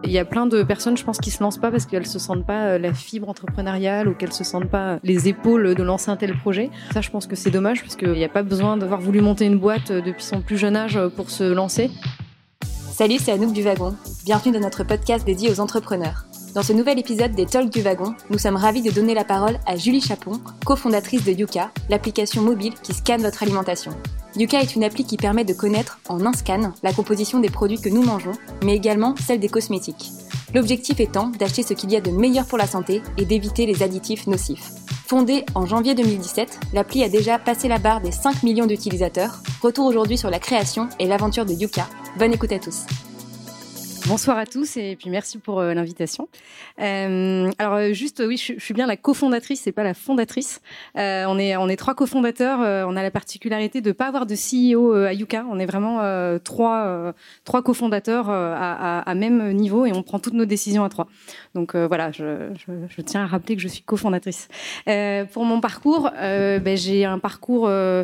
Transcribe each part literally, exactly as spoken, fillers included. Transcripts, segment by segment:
Il y a plein de personnes, je pense, qui se lancent pas parce qu'elles se sentent pas la fibre entrepreneuriale ou qu'elles se sentent pas les épaules de lancer un tel projet. Ça, je pense que c'est dommage parce qu'il n'y a pas besoin d'avoir voulu monter une boîte depuis son plus jeune âge pour se lancer. Salut, c'est Anouk du Wagon. Bienvenue dans notre podcast dédié aux entrepreneurs. Dans ce nouvel épisode des Talks du Wagon, nous sommes ravis de donner la parole à Julie Chapon, cofondatrice de Yuka, l'application mobile qui scanne votre alimentation. Yuka est une appli qui permet de connaître en un scan la composition des produits que nous mangeons, mais également celle des cosmétiques. L'objectif étant d'acheter ce qu'il y a de meilleur pour la santé et d'éviter les additifs nocifs. Fondée en janvier deux mille dix-sept, l'appli a déjà passé la barre des cinq millions d'utilisateurs. Retour aujourd'hui sur la création et l'aventure de Yuka. Bonne écoute à tous. Bonsoir à tous et puis merci pour euh, l'invitation. Euh, alors juste oui, je, je suis bien la cofondatrice, c'est pas la fondatrice. Euh, on est on est trois cofondateurs. Euh, on a la particularité de pas avoir de C E O euh, à Yuka. On est vraiment euh, trois euh, trois cofondateurs euh, à, à, à même niveau et on prend toutes nos décisions à trois. Donc euh, voilà, je, je, je tiens à rappeler que je suis cofondatrice. Euh, pour mon parcours, euh, ben, j'ai un parcours euh,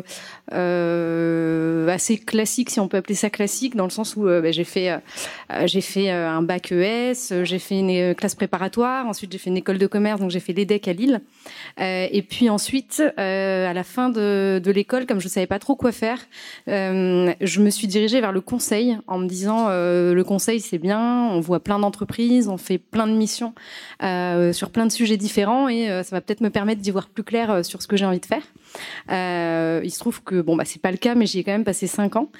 euh, assez classique, si on peut appeler ça classique, dans le sens où euh, ben, j'ai fait euh, j'ai fait fait un bac E S, j'ai fait une classe préparatoire, ensuite j'ai fait une école de commerce, donc j'ai fait l'E D E C à Lille. Euh, et puis ensuite, euh, à la fin de, de l'école, comme je savais pas trop quoi faire, euh, je me suis dirigée vers le conseil en me disant euh, le conseil c'est bien, on voit plein d'entreprises, on fait plein de missions euh, sur plein de sujets différents et euh, ça va peut-être me permettre d'y voir plus clair euh, sur ce que j'ai envie de faire. Euh, il se trouve que bon bah c'est pas le cas, mais j'y ai quand même passé cinq ans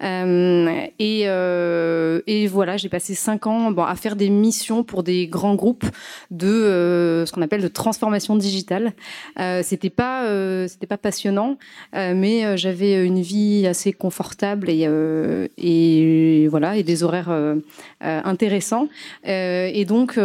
euh, et, euh, et voilà, j'ai passé cinq ans bon, à faire des missions pour des grands groupes de euh, ce qu'on appelle de transformation digitale. Euh, c'était pas euh, c'était pas passionnant, euh, mais euh, j'avais une vie assez confortable et euh, et voilà et des horaires euh, euh, intéressants euh, et donc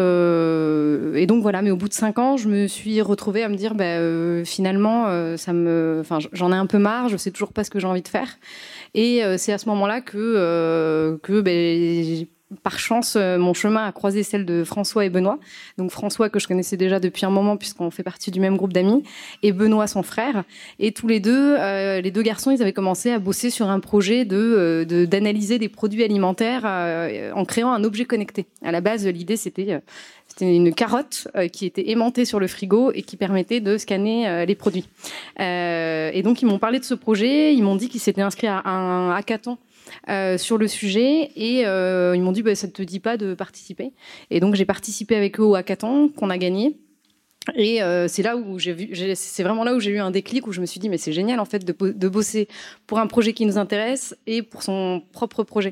euh, et donc voilà. Mais au bout de cinq ans, je me suis retrouvée à me dire bah euh, finalement euh, ça me enfin j'en ai un peu marre, je sais toujours pas ce que j'ai envie de faire et euh, c'est à ce moment-là que euh, que ben par chance, mon chemin a croisé celle de François et Benoît. Donc François que je connaissais déjà depuis un moment puisqu'on fait partie du même groupe d'amis, et Benoît son frère. Et tous les deux, euh, les deux garçons, ils avaient commencé à bosser sur un projet de, de d'analyser des produits alimentaires euh, en créant un objet connecté. À la base, l'idée c'était euh, c'était une carotte euh, qui était aimantée sur le frigo et qui permettait de scanner euh, les produits. Euh, et donc ils m'ont parlé de ce projet, ils m'ont dit qu'ils s'étaient inscrits à un hackathon Euh, sur le sujet et euh, ils m'ont dit bah, ça ne te dit pas de participer, et donc j'ai participé avec eux au hackathon qu'on a gagné. Et euh, c'est là où j'ai vu, j'ai, c'est vraiment là où j'ai eu un déclic, où je me suis dit mais c'est génial en fait de, de bosser pour un projet qui nous intéresse et pour son propre projet.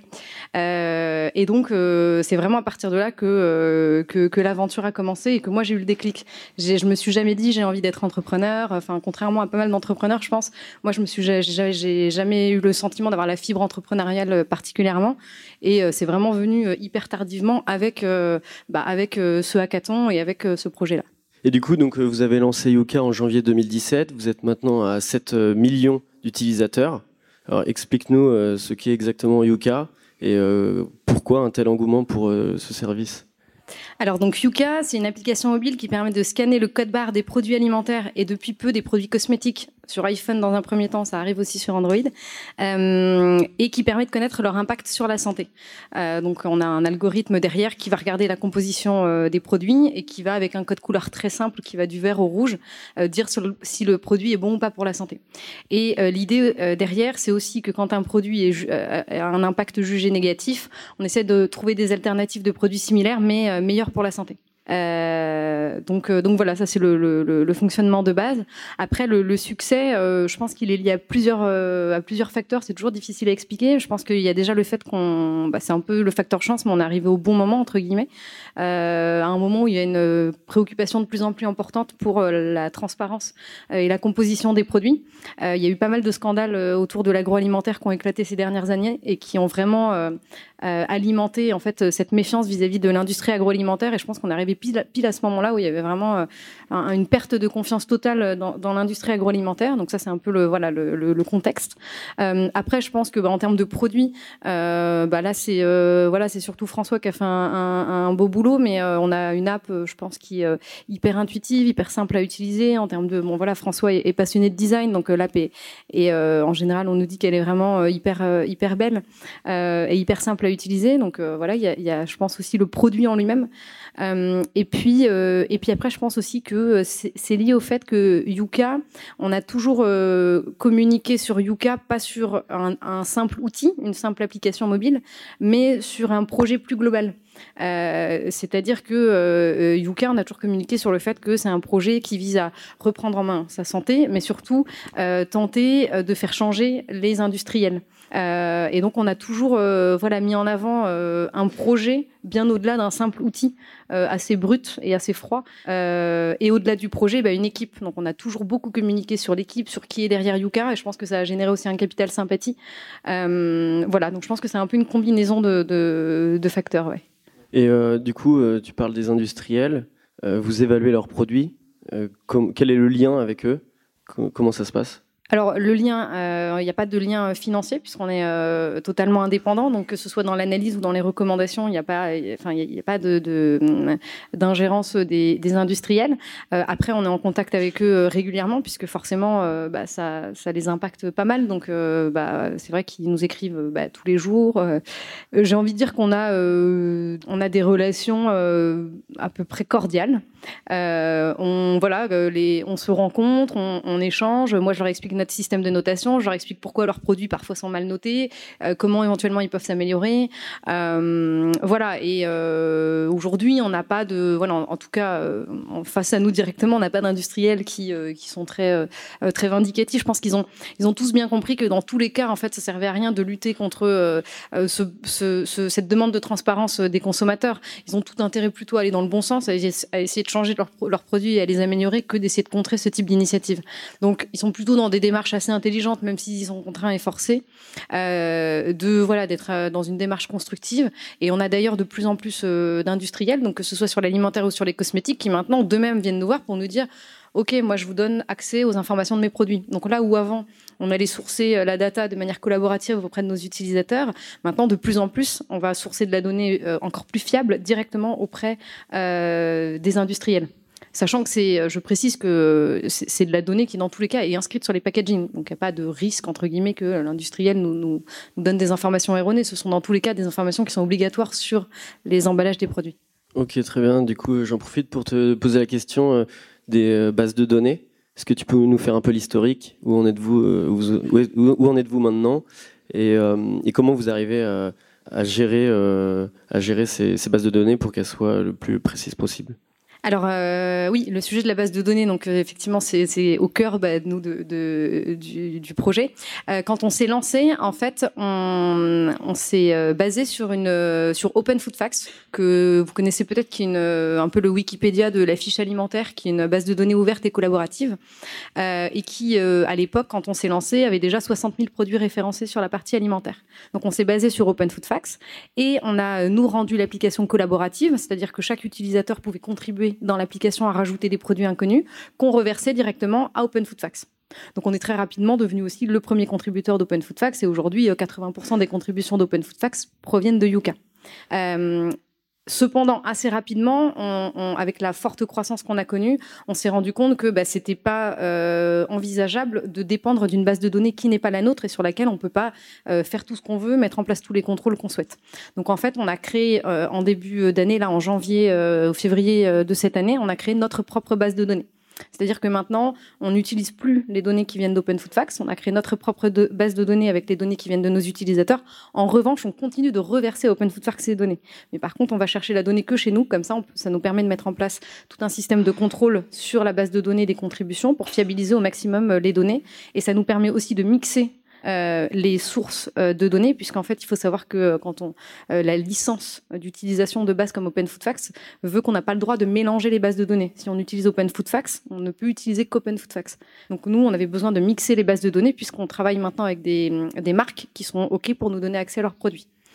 Euh, et donc euh, c'est vraiment à partir de là que, euh, que que l'aventure a commencé et que moi j'ai eu le déclic. J'ai, je me suis jamais dit j'ai envie d'être entrepreneur. Enfin contrairement à pas mal d'entrepreneurs, je pense. Moi je me suis j'ai, j'ai jamais eu le sentiment d'avoir la fibre entrepreneuriale particulièrement. Et euh, c'est vraiment venu hyper tardivement avec euh, bah, avec euh, ce hackathon et avec euh, ce projet là. Et du coup, donc, vous avez lancé Yuka en janvier deux mille dix-sept. Vous êtes maintenant à sept millions d'utilisateurs. Alors, explique-nous euh, ce qu'est exactement Yuka et euh, pourquoi un tel engouement pour euh, ce service. Alors donc Yuka, c'est une application mobile qui permet de scanner le code barre des produits alimentaires et depuis peu des produits cosmétiques sur iPhone dans un premier temps, ça arrive aussi sur Android, euh, et qui permet de connaître leur impact sur la santé. Euh, donc on a un algorithme derrière qui va regarder la composition euh, des produits et qui va, avec un code couleur très simple qui va du vert au rouge, euh, dire sur le, si le produit est bon ou pas pour la santé. Et euh, l'idée euh, derrière, c'est aussi que quand un produit est ju- euh, a un impact jugé négatif, on essaie de trouver des alternatives de produits similaires mais euh, meilleurs pour la santé. Euh, donc, euh, donc voilà, ça c'est le, le, le fonctionnement de base. Après, le, le succès, euh, je pense qu'il est lié à plusieurs, euh, à plusieurs facteurs. C'est toujours difficile à expliquer. Je pense qu'il y a déjà le fait qu'on, bah, c'est un peu le facteur chance, mais on est arrivé au bon moment entre guillemets, euh, à un moment où il y a une préoccupation de plus en plus importante pour euh, la transparence euh, et la composition des produits. Euh, il y a eu pas mal de scandales euh, autour de l'agroalimentaire qui ont éclaté ces dernières années et qui ont vraiment euh, euh, alimenté en fait cette méfiance vis-à-vis de l'industrie agroalimentaire. Et je pense qu'on est arrivé pile, pile à ce moment-là où il y avait vraiment euh, un, une perte de confiance totale dans, dans l'industrie agroalimentaire. Donc ça, c'est un peu le, voilà, le, le, le contexte. Euh, après, je pense que bah, en termes de produits, euh, bah, là, c'est euh, voilà, c'est surtout François qui a fait un, un, un beau boulot, mais euh, on a une app, je pense, qui est euh, hyper intuitive, hyper simple à utiliser. En termes de, bon voilà, François est, est passionné de design, donc euh, l'app est, est euh, en général, on nous dit qu'elle est vraiment euh, hyper, euh, hyper belle euh, et hyper simple à utiliser. Donc euh, voilà, il y a, y a, je pense aussi le produit en lui-même. Euh, et puis, euh, et puis après, je pense aussi que c'est, c'est lié au fait que Yuka, on a toujours euh, communiqué sur Yuka, pas sur un, un simple outil, une simple application mobile, mais sur un projet plus global. Euh, c'est-à-dire que euh, Yuka, on a toujours communiqué sur le fait que c'est un projet qui vise à reprendre en main sa santé, mais surtout euh, tenter de faire changer les industriels. Euh, et donc on a toujours euh, voilà, mis en avant euh, un projet bien au-delà d'un simple outil euh, assez brut et assez froid. Euh, et au-delà du projet, bah, une équipe. Donc on a toujours beaucoup communiqué sur l'équipe, sur qui est derrière Yuka, et je pense que ça a généré aussi un capital sympathie. Euh, voilà, donc je pense que c'est un peu une combinaison de, de, de facteurs. Ouais. Et euh, du coup, euh, tu parles des industriels, euh, vous évaluez leurs produits, euh, com- quel est le lien avec eux? Com- Comment ça se passe? Alors le lien, il euh, n'y a pas de lien financier puisqu'on est euh, totalement indépendant, donc que ce soit dans l'analyse ou dans les recommandations, il n'y a pas, enfin il n'y a, a pas de, de d'ingérence des, des industriels. Euh, après, on est en contact avec eux régulièrement puisque forcément, euh, bah, ça, ça les impacte pas mal. Donc euh, bah, c'est vrai qu'ils nous écrivent bah, tous les jours. Euh, j'ai envie de dire qu'on a, euh, on a des relations euh, à peu près cordiales. Euh, on voilà, les, on se rencontre, on, on échange. Moi, je leur explique notre système de notation, je leur explique pourquoi leurs produits parfois sont mal notés, euh, comment éventuellement ils peuvent s'améliorer. Euh, voilà. Et euh, aujourd'hui, on n'a pas de, voilà, en, en tout cas, euh, face à nous directement, on n'a pas d'industriels qui euh, qui sont très euh, très vindicatifs. Je pense qu'ils ont ils ont tous bien compris que dans tous les cas, en fait, ça servait à rien de lutter contre euh, ce, ce, ce, cette demande de transparence des consommateurs. Ils ont tout intérêt plutôt à aller dans le bon sens, à, à essayer de changer leurs leurs produits et à les améliorer que d'essayer de contrer ce type d'initiative. Donc, ils sont plutôt dans des démarches assez intelligentes, même s'ils sont contraints et forcés, euh, de voilà d'être dans une démarche constructive. Et on a d'ailleurs de plus en plus euh, d'industriels, donc que ce soit sur l'alimentaire ou sur les cosmétiques, qui maintenant d'eux-mêmes viennent nous voir pour nous dire OK, moi je vous donne accès aux informations de mes produits. Donc là où avant on allait sourcer la data de manière collaborative auprès de nos utilisateurs, maintenant de plus en plus on va sourcer de la donnée euh, encore plus fiable directement auprès euh, des industriels. Sachant que c'est, je précise que c'est de la donnée qui, dans tous les cas, est inscrite sur les packaging. Donc, il n'y a pas de risque, entre guillemets, que l'industriel nous, nous, nous donne des informations erronées. Ce sont, dans tous les cas, des informations qui sont obligatoires sur les emballages des produits. Ok, très bien. Du coup, j'en profite pour te poser la question euh, des bases de données. Est-ce que tu peux nous faire un peu l'historique? Où en êtes-vous, euh, où, où, où en êtes-vous maintenant? Et, euh, et comment vous arrivez à, à gérer, euh, à gérer ces, ces bases de données pour qu'elles soient le plus précises possible? Alors euh, oui, le sujet de la base de données, donc euh, effectivement, c'est, c'est au cœur bah, de nous de, de, du, du projet. Euh, quand on s'est lancé, en fait, on, on s'est euh, basé sur une euh, sur Open Food Facts que vous connaissez peut-être, qui est une, un peu le Wikipédia de la fiche alimentaire, qui est une base de données ouverte et collaborative, euh, et qui, euh, à l'époque, quand on s'est lancé, avait déjà soixante mille produits référencés sur la partie alimentaire. Donc on s'est basé sur Open Food Facts et on a nous rendu l'application collaborative, c'est-à-dire que chaque utilisateur pouvait contribuer dans l'application à rajouter des produits inconnus qu'on reversait directement à Open Food Facts. Donc on est très rapidement devenu aussi le premier contributeur d'Open Food Facts et aujourd'hui quatre-vingts pour cent des contributions d'Open Food Facts proviennent de Yuka. Euh, Cependant, assez rapidement, on, on, avec la forte croissance qu'on a connue, on s'est rendu compte que bah, c'était pas euh, envisageable de dépendre d'une base de données qui n'est pas la nôtre et sur laquelle on peut pas euh, faire tout ce qu'on veut, mettre en place tous les contrôles qu'on souhaite. Donc en fait, on a créé euh, en début d'année, là en janvier euh, ou février euh, de cette année, on a créé notre propre base de données. C'est-à-dire que maintenant, on n'utilise plus les données qui viennent d'Open Food Facts. On a créé notre propre de, base de données avec les données qui viennent de nos utilisateurs. En revanche, on continue de reverser à Open Food Facts ces données. Mais par contre, on va chercher la donnée que chez nous. Comme ça, on, ça nous permet de mettre en place tout un système de contrôle sur la base de données des contributions pour fiabiliser au maximum les données. Et ça nous permet aussi de mixer Euh, les sources euh, de données, puisqu'en fait, il faut savoir que euh, quand on euh, la licence d'utilisation de bases comme Open Food Facts veut qu'on n'a pas le droit de mélanger les bases de données. Si on utilise Open Food Facts, on ne peut utiliser qu'Open Food Facts. Donc nous, on avait besoin de mixer les bases de données puisqu'on travaille maintenant avec des, des marques qui sont OK pour nous donner accès à leurs produits.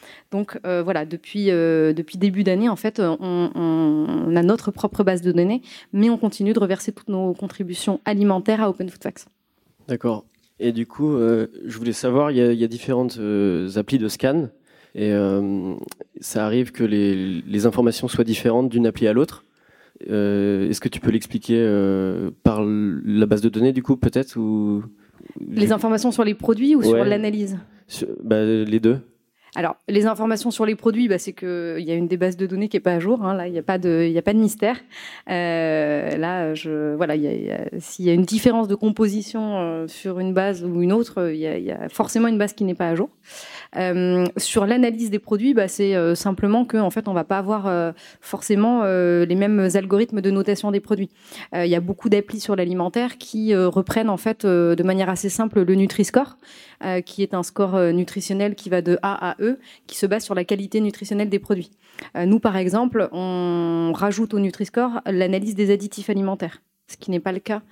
Donc euh, voilà, depuis, euh, depuis début d'année, en fait, on, on, on a notre propre base de données, mais on continue de reverser toutes nos contributions alimentaires à Open Food Facts. D'accord. Et du coup, euh, je voulais savoir, il y a, il y a différentes euh, applis de scan, et euh, ça arrive que les, les informations soient différentes d'une appli à l'autre. Euh, est-ce que tu peux l'expliquer euh, par la base de données, du coup, peut-être ou... Les informations sur les produits ou ouais. sur l'analyse? Sur, bah, les deux. Alors, les informations sur les produits, bah, c'est qu'il y a une des bases de données qui n'est pas à jour. Hein, là, il n'y a pas de, il n'y a pas de mystère. Euh, là, je, voilà, il y a, il y a, s'il y a une différence de composition euh, sur une base ou une autre, il y a, il y a forcément une base qui n'est pas à jour. Euh, sur l'analyse des produits, bah, c'est euh, simplement que, en fait, on va pas avoir euh, forcément euh, les mêmes algorithmes de notation des produits. Euh, il y a beaucoup d'applis sur l'alimentaire qui euh, reprennent en fait euh, de manière assez simple le Nutri-Score, euh, qui est un score euh, nutritionnel qui va de A à E, qui se base sur la qualité nutritionnelle des produits. Euh, nous, par exemple, on rajoute au Nutri-Score l'analyse des additifs alimentaires, ce qui n'est pas le cas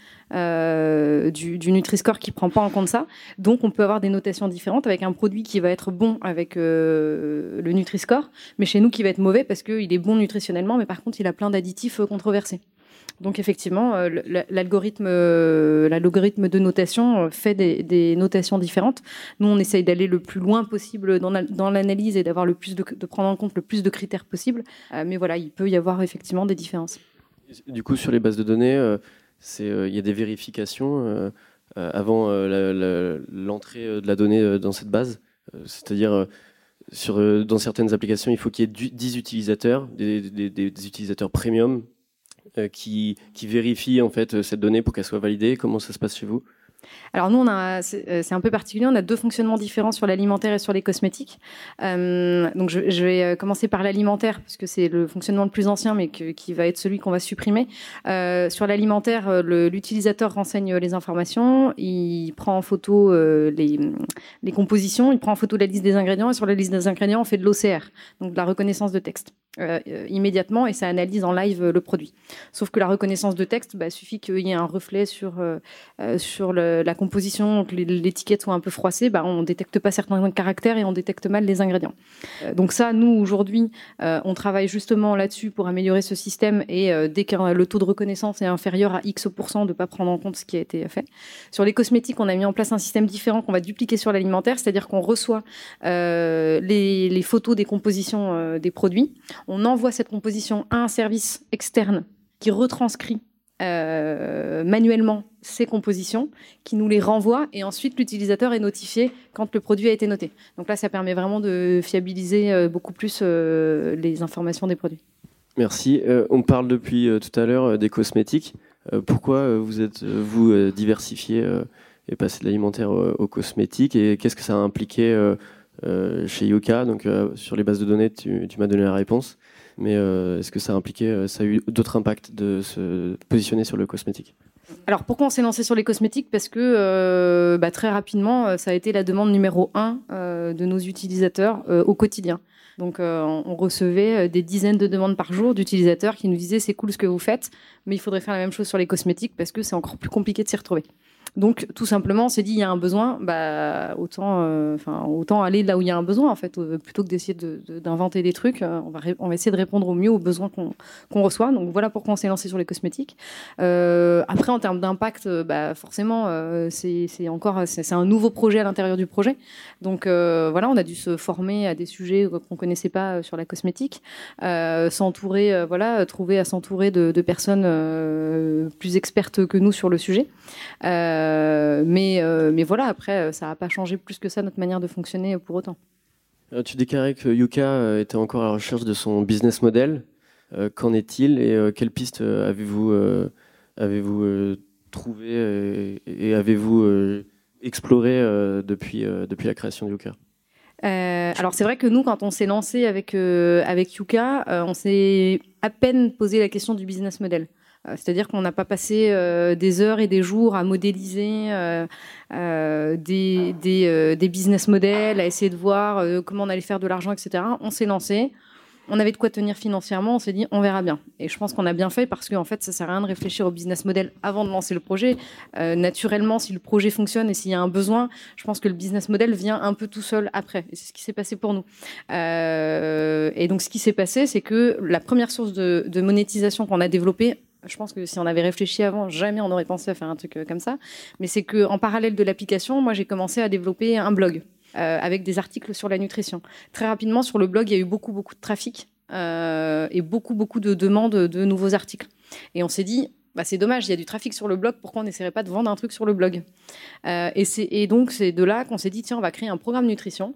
euh, du, du Nutri-Score qui ne prend pas en compte ça. Donc, on peut avoir des notations différentes avec un produit qui va être bon avec euh, le Nutri-Score, mais chez nous qui va être mauvais parce qu'il est bon nutritionnellement, mais par contre, il a plein d'additifs controversés. Donc effectivement, euh, l'algorithme, euh, l'algorithme de notation fait des, des notations différentes. Nous, on essaye d'aller le plus loin possible dans, la, dans l'analyse et d'avoir le plus de, de prendre en compte le plus de critères possible. Euh, mais voilà, il peut y avoir effectivement des différences. Du coup, sur les bases de données, euh, c'est, euh, il y a des vérifications euh, euh, avant euh, la, la, l'entrée de la donnée dans cette base. Euh, c'est-à-dire, euh, sur, euh, dans certaines applications, il faut qu'il y ait du, dix utilisateurs, des, des, des, des utilisateurs premium, Euh, qui, qui vérifie en fait cette donnée pour qu'elle soit validée. Comment ça se passe chez vous? Alors nous, on a, c'est, c'est un peu particulier, on a deux fonctionnements différents sur l'alimentaire et sur les cosmétiques. Euh, donc je, je vais commencer par l'alimentaire, parce que c'est le fonctionnement le plus ancien, mais que, qui va être celui qu'on va supprimer. Euh, sur l'alimentaire, le, l'utilisateur renseigne les informations, il prend en photo euh, les, les compositions, il prend en photo la liste des ingrédients, et sur la liste des ingrédients, on fait de l'O C R, donc de la reconnaissance de texte. Euh, euh, immédiatement, et ça analyse en live euh, le produit. Sauf que la reconnaissance de texte, bah, suffit qu'il y ait un reflet sur, euh, euh, sur le, la composition, que l'étiquette soit un peu froissée, bah, on ne détecte pas certains caractères et on détecte mal les ingrédients. Euh, donc ça, nous, aujourd'hui, euh, on travaille justement là-dessus pour améliorer ce système et euh, dès que le taux de reconnaissance est inférieur à X pourcent, de ne pas prendre en compte ce qui a été fait. Sur les cosmétiques, on a mis en place un système différent qu'on va dupliquer sur l'alimentaire, c'est-à-dire qu'on reçoit euh, les, les photos des compositions euh, des produits. On envoie cette composition à un service externe qui retranscrit euh, manuellement ces compositions, qui nous les renvoie, et ensuite l'utilisateur est notifié quand le produit a été noté. Donc là, ça permet vraiment de fiabiliser euh, beaucoup plus euh, les informations des produits. Merci. Euh, on parle depuis euh, tout à l'heure euh, des cosmétiques. Euh, pourquoi euh, vous êtes euh, vous euh, diversifié euh, et passé de l'alimentaire euh, aux cosmétiques, et qu'est-ce que ça a impliqué euh, Euh, chez Yuka? Donc euh, sur les bases de données, tu, tu m'as donné la réponse, mais euh, est-ce que ça a impliqué, euh, ça a eu d'autres impacts de se positionner sur le cosmétique? Alors pourquoi on s'est lancé sur les cosmétiques? Parce que euh, bah, très rapidement, ça a été la demande numéro un euh, de nos utilisateurs euh, au quotidien. Donc euh, on recevait des dizaines de demandes par jour d'utilisateurs qui nous disaient c'est cool ce que vous faites, mais il faudrait faire la même chose sur les cosmétiques parce que c'est encore plus compliqué de s'y retrouver. Donc, tout simplement, on s'est dit, il y a un besoin, bah, autant, euh, autant aller là où il y a un besoin, en fait, euh, plutôt que d'essayer de, de, d'inventer des trucs. Euh, on, va ré- on va essayer de répondre au mieux aux besoins qu'on, qu'on reçoit. Donc, voilà pourquoi on s'est lancé sur les cosmétiques. Euh, après, en termes d'impact, euh, bah, forcément, euh, c'est, c'est encore c'est, c'est un nouveau projet à l'intérieur du projet. Donc, euh, voilà, on a dû se former à des sujets qu'on ne connaissait pas sur la cosmétique, euh, s'entourer, euh, voilà, trouver à s'entourer de, de personnes euh, plus expertes que nous sur le sujet. Euh, Euh, mais, euh, mais voilà, après, ça n'a pas changé plus que ça notre manière de fonctionner pour autant. Alors, tu déclarais que Yuka était encore à la recherche de son business model. Euh, qu'en est-il, et euh, quelles pistes avez-vous, euh, avez-vous euh, trouvé et, et avez-vous euh, exploré euh, depuis, euh, depuis la création de Yuka? Euh, alors c'est vrai que nous, quand on s'est lancé avec, euh, avec Yuka, euh, on s'est à peine posé la question du business model. C'est-à-dire qu'on n'a pas passé euh, des heures et des jours à modéliser euh, euh, des, des, euh, des business models, à essayer de voir euh, comment on allait faire de l'argent, et cetera. On s'est lancé, on avait de quoi tenir financièrement, on s'est dit on verra bien. Et je pense qu'on a bien fait parce qu'en fait, ça sert à rien de réfléchir au business model avant de lancer le projet. Euh, naturellement, si le projet fonctionne et s'il y a un besoin, je pense que le business model vient un peu tout seul après. Et c'est ce qui s'est passé pour nous. Euh, et donc, ce qui s'est passé, c'est que la première source de, de monétisation qu'on a développée, je pense que si on avait réfléchi avant, jamais on aurait pensé à faire un truc comme ça. Mais c'est qu'en parallèle de l'application, moi, j'ai commencé à développer un blog euh, avec des articles sur la nutrition. Très rapidement, sur le blog, il y a eu beaucoup, beaucoup de trafic euh, et beaucoup, beaucoup de demandes de nouveaux articles. Et on s'est dit, bah, c'est dommage, il y a du trafic sur le blog, pourquoi on n'essaierait pas de vendre un truc sur le blog euh, et, c'est, et donc, c'est de là qu'on s'est dit, tiens, on va créer un programme nutrition,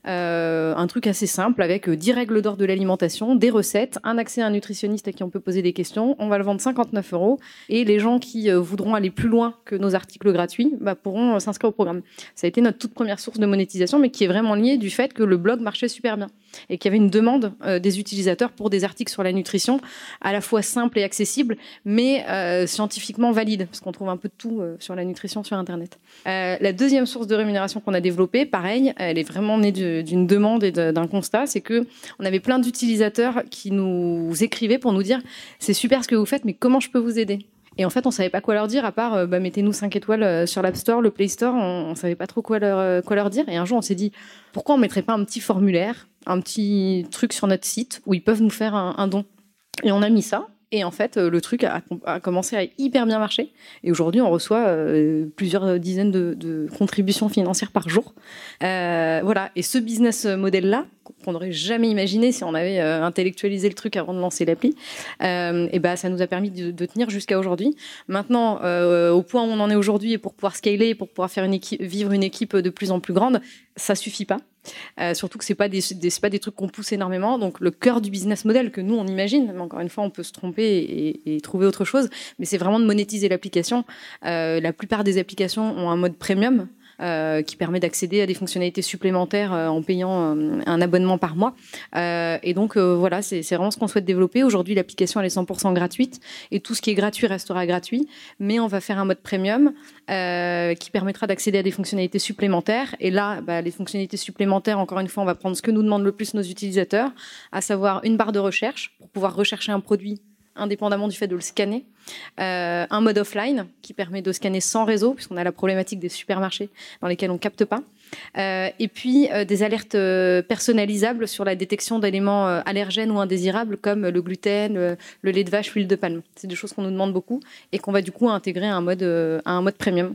euh, un truc assez simple avec euh, dix règles d'or de l'alimentation, des recettes, un accès à un nutritionniste à qui on peut poser des questions. On va le vendre cinquante-neuf euros et les gens qui euh, voudront aller plus loin que nos articles gratuits bah, pourront euh, s'inscrire au programme. Ça a été notre toute première source de monétisation, mais qui est vraiment liée du fait que le blog marchait super bien et qu'il y avait une demande euh, des utilisateurs pour des articles sur la nutrition à la fois simples et accessibles, mais euh, scientifiquement valides, parce qu'on trouve un peu de tout euh, sur la nutrition sur Internet. Euh, la deuxième source de rémunération qu'on a développée, pareil, elle est vraiment née de, d'une demande et de, d'un constat, c'est que on avait plein d'utilisateurs qui nous écrivaient pour nous dire « c'est super ce que vous faites, mais comment je peux vous aider ?» Et en fait, on savait pas quoi leur dire, à part euh, bah, mettez-nous cinq étoiles euh, sur l'App Store, le Play Store, on, on savait pas trop quoi leur, euh, quoi leur dire. Et un jour, on s'est dit, pourquoi on mettrait pas un petit formulaire, un petit truc sur notre site où ils peuvent nous faire un, un don. Et on a mis ça. Et en fait, le truc a, a commencé à hyper bien marcher. Et aujourd'hui, on reçoit euh, plusieurs dizaines de, de contributions financières par jour. Euh, voilà. Et ce business model-là, qu'on n'aurait jamais imaginé si on avait euh, intellectualisé le truc avant de lancer l'appli, euh, et ben, ça nous a permis de, de tenir jusqu'à aujourd'hui. Maintenant, euh, au point où on en est aujourd'hui, et pour pouvoir scaler, pour pouvoir faire une équipe, vivre une équipe de plus en plus grande, ça suffit pas. Euh, surtout que c'est pas des, des c'est pas des trucs qu'on pousse énormément. Donc le cœur du business model que nous on imagine, mais encore une fois on peut se tromper et, et trouver autre chose, mais c'est vraiment de monétiser l'application. Euh, la plupart des applications ont un mode premium. Euh, qui permet d'accéder à des fonctionnalités supplémentaires euh, en payant euh, un abonnement par mois. Euh, et donc euh, voilà, c'est, c'est vraiment ce qu'on souhaite développer. Aujourd'hui, l'application elle est cent pour cent gratuite et tout ce qui est gratuit restera gratuit. Mais on va faire un mode premium euh, qui permettra d'accéder à des fonctionnalités supplémentaires. Et là, bah, les fonctionnalités supplémentaires, encore une fois, on va prendre ce que nous demandent le plus nos utilisateurs, à savoir une barre de recherche pour pouvoir rechercher un produit indépendamment du fait de le scanner, euh, un mode offline qui permet de scanner sans réseau, puisqu'on a la problématique des supermarchés dans lesquels on capte pas, euh, et puis euh, des alertes euh, personnalisables sur la détection d'éléments euh, allergènes ou indésirables comme le gluten, le, le lait de vache, l'huile de palme. C'est des choses qu'on nous demande beaucoup et qu'on va du coup intégrer à un mode, euh, à un mode premium.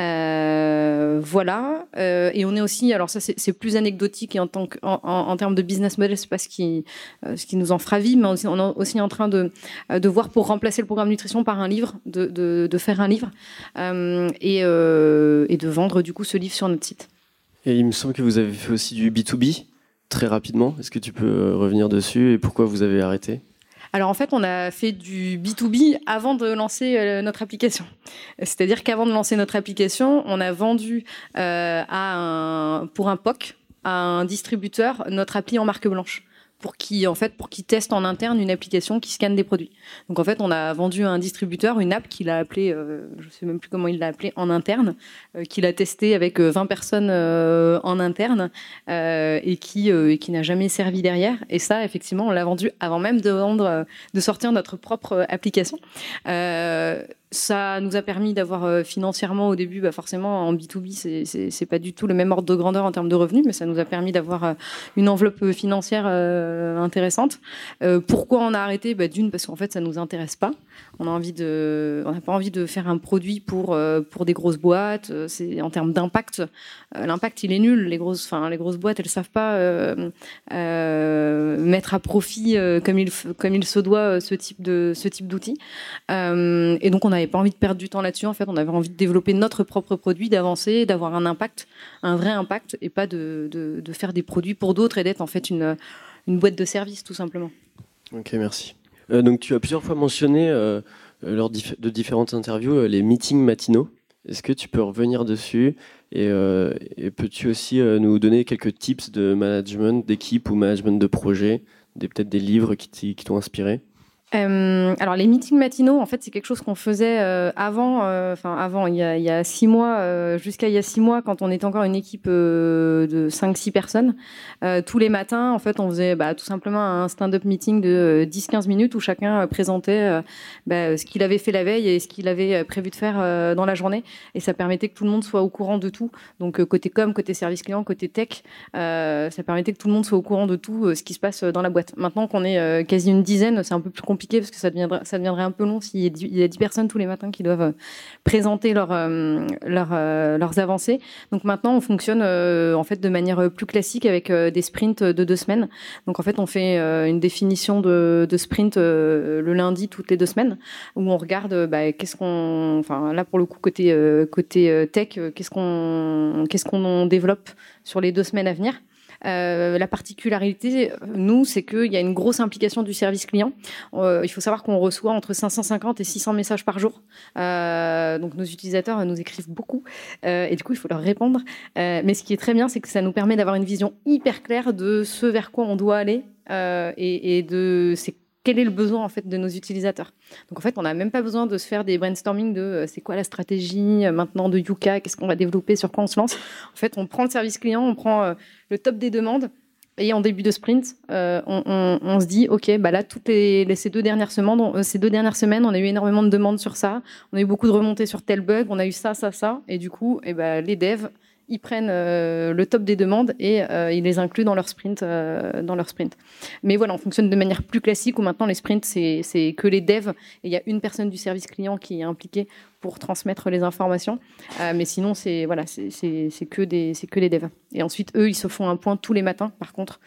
Euh, voilà. Euh, et on est aussi, alors ça c'est, c'est plus anecdotique et en, tant que, en, en, en termes de business model, c'est pas ce qui, euh, ce qui nous en fera vivre, mais aussi, on est aussi en train de, de voir pour remplacer le programme nutrition par un livre, de, de, de faire un livre euh, et, euh, et de vendre du coup ce livre sur notre site. Et il me semble que vous avez fait aussi du B deux B, très rapidement. Est-ce que tu peux revenir dessus et pourquoi vous avez arrêté ? Alors en fait, on a fait du B deux B avant de lancer euh, notre application. C'est-à-dire qu'avant de lancer notre application, on a vendu euh, à un, pour un P O C à un distributeur notre appli en marque blanche. Pour qui, en fait, pour qui teste en interne une application qui scanne des produits. Donc, en fait, on a vendu à un distributeur une app qu'il a appelée, euh, je sais même plus comment il l'a appelée, en interne, euh, qu'il a testé avec vingt personnes euh, en interne euh, et qui, euh, et qui n'a jamais servi derrière. Et ça, effectivement, on l'a vendu avant même de vendre, de sortir notre propre application. Euh, Ça nous a permis d'avoir euh, financièrement au début, bah forcément en B deux B, c'est, c'est, c'est pas du tout le même ordre de grandeur en termes de revenus, mais ça nous a permis d'avoir euh, une enveloppe financière euh, intéressante. Euh, pourquoi on a arrêté ? Bah, d'une, parce qu'en fait ça nous intéresse pas. On a envie de, on n'a pas envie de faire un produit pour euh, pour des grosses boîtes. C'est en termes d'impact, euh, l'impact il est nul. Les grosses, enfin les grosses boîtes elles savent pas euh, euh, mettre à profit euh, comme il comme il se doit ce type de ce type d'outils. Euh, et donc on n'avait pas envie de perdre du temps là-dessus. En fait, on avait envie de développer notre propre produit, d'avancer, d'avoir un impact, un vrai impact, et pas de, de, de faire des produits pour d'autres et d'être en fait une, une boîte de service, tout simplement. Ok, merci. Euh, donc, tu as plusieurs fois mentionné, euh, lors de différentes interviews, euh, les meetings matinaux. Est-ce que tu peux revenir dessus et, euh, et peux-tu aussi euh, nous donner quelques tips de management d'équipe ou management de projet, des, peut-être des livres qui, qui t'ont inspiré ? Euh, alors les meetings matinaux, en fait, c'est quelque chose qu'on faisait euh, avant, enfin euh, avant, il y a, il y a six mois, euh, jusqu'à il y a six mois, quand on était encore une équipe euh, de cinq six personnes. Euh, tous les matins, en fait, on faisait bah, tout simplement un stand-up meeting de euh, dix quinze minutes où chacun euh, présentait euh, bah, ce qu'il avait fait la veille et ce qu'il avait prévu de faire euh, dans la journée. Et ça permettait que tout le monde soit au courant de tout. Donc euh, côté com, côté service client, côté tech, euh, ça permettait que tout le monde soit au courant de tout euh, ce qui se passe dans la boîte. Maintenant qu'on est euh, quasi une dizaine, c'est un peu plus compliqué parce que ça deviendrait, ça deviendrait un peu long s'il y a dix personnes tous les matins qui doivent présenter leur, euh, leur, euh, leurs avancées. Donc maintenant, on fonctionne euh, en fait de manière plus classique avec euh, des sprints de deux semaines. Donc en fait, on fait euh, une définition de, de sprint euh, le lundi toutes les deux semaines où on regarde bah, qu'est-ce qu'on, enfin là pour le coup côté euh, côté euh, tech, euh, qu'est-ce qu'on qu'est-ce qu'on développe sur les deux semaines à venir. Euh, la particularité, nous, c'est qu'il y a une grosse implication du service client. Euh, il faut savoir qu'on reçoit entre cinq cent cinquante et six cents messages par jour. Euh, donc nos utilisateurs nous écrivent beaucoup euh, et du coup, il faut leur répondre. Euh, mais ce qui est très bien, c'est que ça nous permet d'avoir une vision hyper claire de ce vers quoi on doit aller euh, et, et de c'est quel est le besoin en fait de nos utilisateurs. Donc en fait, on n'a même pas besoin de se faire des brainstorming de euh, c'est quoi la stratégie euh, maintenant de Yuka, qu'est-ce qu'on va développer, sur quoi on se lance. En fait, on prend le service client, on prend euh, le top des demandes et en début de sprint, euh, on, on, on se dit ok, bah là toutes les, les ces deux dernières semaines, on, ces deux dernières semaines, on a eu énormément de demandes sur ça, on a eu beaucoup de remontées sur tel bug, on a eu ça, ça, ça, et du coup, et ben les devs ils prennent euh, le top des demandes et euh, ils les incluent dans leur sprint, euh, dans leur sprint. Mais voilà, on fonctionne de manière plus classique où maintenant les sprints c'est c'est que les devs et il y a une personne du service client qui est impliquée pour transmettre les informations. Euh, mais sinon c'est voilà, c'est c'est c'est que des c'est que les devs. Et ensuite eux ils se font un point tous les matins par contre,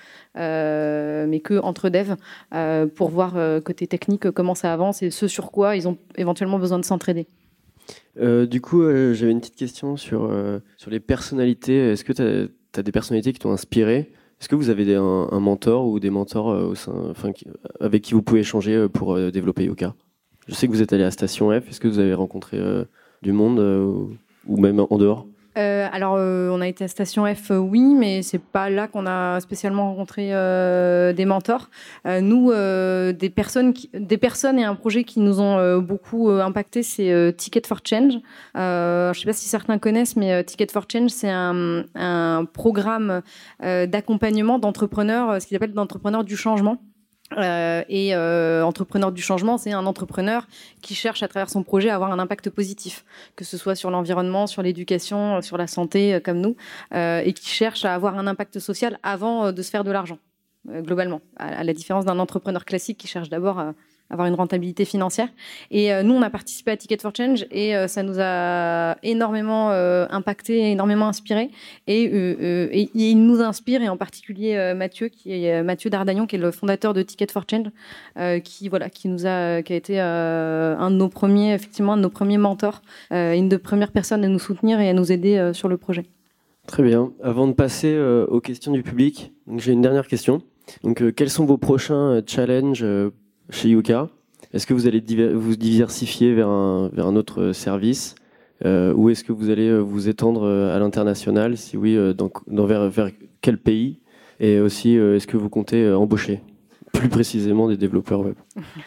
euh, mais que entre devs euh, pour voir euh, côté technique comment ça avance et ce sur quoi ils ont éventuellement besoin de s'entraider. Euh, du coup, euh, j'avais une petite question sur, euh, sur les personnalités. Est-ce que tu as des personnalités qui t'ont inspiré ? Est-ce que vous avez des, un, un mentor ou des mentors euh, au sein, enfin, qui, avec qui vous pouvez échanger pour euh, développer Yuka ? Je sais que vous êtes allé à Station F. Est-ce que vous avez rencontré euh, du monde euh, ou même en dehors ? Euh, alors, euh, on a été à Station F, euh, oui, mais c'est pas là qu'on a spécialement rencontré euh, des mentors. Euh, nous, euh, des personnes, qui, des personnes et un projet qui nous ont euh, beaucoup euh, impacté, c'est euh, Ticket for Change. Euh, je sais pas si certains connaissent, mais euh, Ticket for Change, c'est un, un programme euh, d'accompagnement d'entrepreneurs, ce qu'ils appellent d'entrepreneurs du changement. Euh, et euh, entrepreneur du changement, c'est un entrepreneur qui cherche à travers son projet à avoir un impact positif, que ce soit sur l'environnement, sur l'éducation, sur la santé, euh, comme nous, euh, et qui cherche à avoir un impact social avant euh, de se faire de l'argent, euh, globalement, à, à la différence d'un entrepreneur classique qui cherche d'abord à avoir une rentabilité financière. Et euh, nous, on a participé à Ticket for Change et euh, ça nous a énormément euh, impacté, énormément inspiré. Et, euh, euh, et il nous inspire, et en particulier euh, Mathieu, qui est euh, Mathieu Dardagnon, qui est le fondateur de Ticket for Change, euh, qui voilà, qui nous a, qui a été euh, un de nos premiers, effectivement, un de nos premiers mentors, euh, une des premières personnes à nous soutenir et à nous aider euh, sur le projet. Très bien. Avant de passer euh, aux questions du public, donc j'ai une dernière question. Donc, euh, quels sont vos prochains challenges euh, chez Yuka? Est-ce que vous allez diver- vous diversifier vers un, vers un autre service euh, ou est-ce que vous allez vous étendre à l'international? Si oui, euh, dans, dans vers, vers quel pays? Et aussi, euh, est-ce que vous comptez euh, embaucher plus précisément des développeurs web?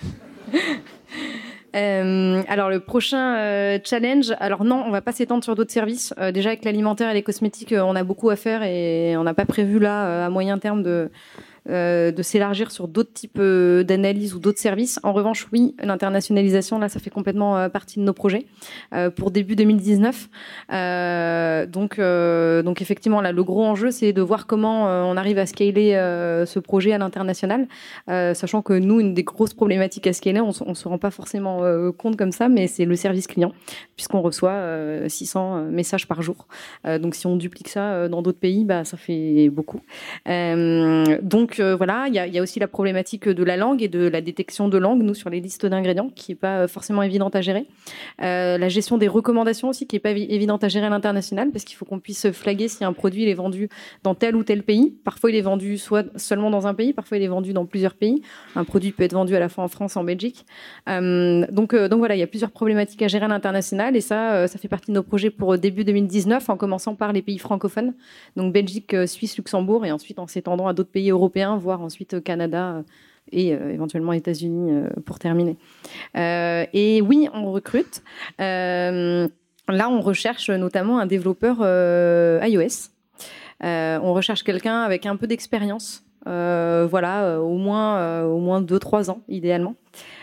Euh, alors le prochain euh, challenge, alors non, on va pas s'étendre sur d'autres services. Euh, déjà avec l'alimentaire et les cosmétiques, euh, on a beaucoup à faire et on n'a pas prévu là euh, à moyen terme de Euh, de s'élargir sur d'autres types euh, d'analyses ou d'autres services. En revanche, oui, l'internationalisation, là, ça fait complètement euh, partie de nos projets euh, pour début deux mille dix-neuf. Euh, donc, euh, donc effectivement, là, le gros enjeu, c'est de voir comment euh, on arrive à scaler euh, ce projet à l'international, euh, sachant que nous, une des grosses problématiques à scaler, on, on se rend pas forcément euh, compte comme ça, mais c'est le service client, puisqu'on reçoit euh, six cents messages par jour. Euh, donc, si on duplique ça euh, dans d'autres pays, bah, ça fait beaucoup. Euh, donc Donc euh, voilà, il y a, y a aussi la problématique de la langue et de la détection de langue, nous, sur les listes d'ingrédients, qui n'est pas forcément évidente à gérer. Euh, la gestion des recommandations aussi, qui n'est pas évidente à gérer à l'international, parce qu'il faut qu'on puisse flaguer si un produit il est vendu dans tel ou tel pays. Parfois, il est vendu soit seulement dans un pays, parfois il est vendu dans plusieurs pays. Un produit peut être vendu à la fois en France, en Belgique. Euh, donc, euh, donc voilà, il y a plusieurs problématiques à gérer à l'international, et ça, euh, ça fait partie de nos projets pour début deux mille dix-neuf, en commençant par les pays francophones, donc Belgique, Suisse, Luxembourg, et ensuite en s'étendant à d'autres pays européens, voire ensuite Canada et euh, éventuellement États-Unis euh, pour terminer. Euh, et oui, on recrute. Euh, là, on recherche notamment un développeur euh, iOS. Euh, on recherche quelqu'un avec un peu d'expérience, euh, voilà, euh, au moins, euh, au moins deux trois ans, idéalement.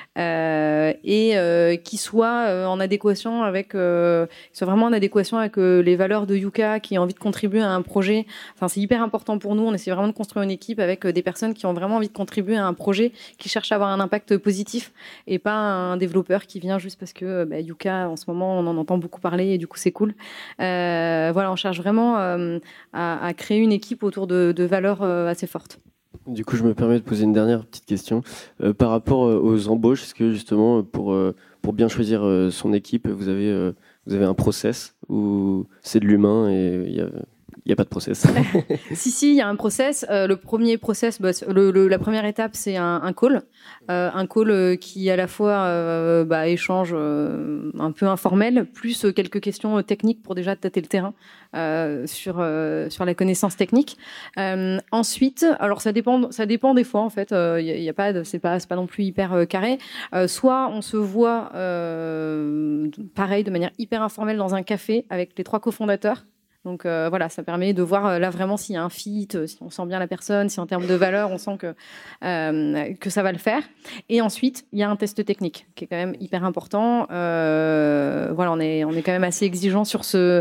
Euh, et euh, qui soit euh, en adéquation avec, euh, qui soit vraiment en adéquation avec euh, les valeurs de Yuka, qui a envie de contribuer à un projet. Enfin, c'est hyper important pour nous. On essaie vraiment de construire une équipe avec euh, des personnes qui ont vraiment envie de contribuer à un projet, qui cherchent à avoir un impact positif, et pas un développeur qui vient juste parce que euh, bah, Yuka, en ce moment, on en entend beaucoup parler et du coup, c'est cool. Euh, voilà, on cherche vraiment euh, à, à créer une équipe autour de, de valeurs euh, assez fortes. Du coup, je me permets de poser une dernière petite question. Euh, par rapport euh, aux embauches, est-ce que justement, pour, euh, pour bien choisir euh, son équipe, vous avez, euh, vous avez un process ou c'est de l'humain et il n'y a, y a pas de process? Si, si, il y a un process. Euh, le premier process, bah, le, le, la première étape, c'est un, un call. Euh, un call euh, qui, à la fois, euh, bah, échange euh, un peu informel, plus euh, quelques questions techniques pour déjà tâter le terrain euh, sur, euh, sur la connaissance technique. Euh, ensuite, alors ça dépend, ça dépend des fois, en fait. Il euh, y a, y a pas de, c'est pas, c'est pas non plus hyper euh, carré. Euh, soit on se voit, euh, pareil, de manière hyper informelle dans un café avec les trois cofondateurs. Donc euh, voilà, ça permet de voir euh, là vraiment s'il y a un fit, euh, si on sent bien la personne, si en termes de valeur, on sent que, euh, que ça va le faire. Et ensuite, il y a un test technique qui est quand même hyper important. Euh, voilà, on est, on est quand même assez exigeant sur, ce,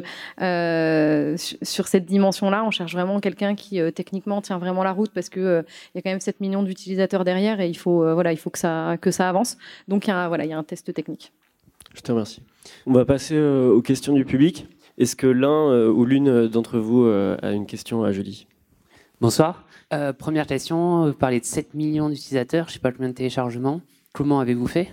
euh, sur cette dimension-là. On cherche vraiment quelqu'un qui euh, techniquement tient vraiment la route parce qu'il euh, y a quand même sept millions d'utilisateurs derrière et il faut, euh, voilà, il faut que, ça, que ça avance. Donc il y a, voilà, il y a un test technique. Je te remercie. On va passer euh, aux questions du public. Est-ce que l'un euh, ou l'une d'entre vous euh, a une question à Julie? Bonsoir. Euh, première question, vous parlez de sept millions d'utilisateurs, je ne sais pas combien de téléchargements. Comment avez-vous fait?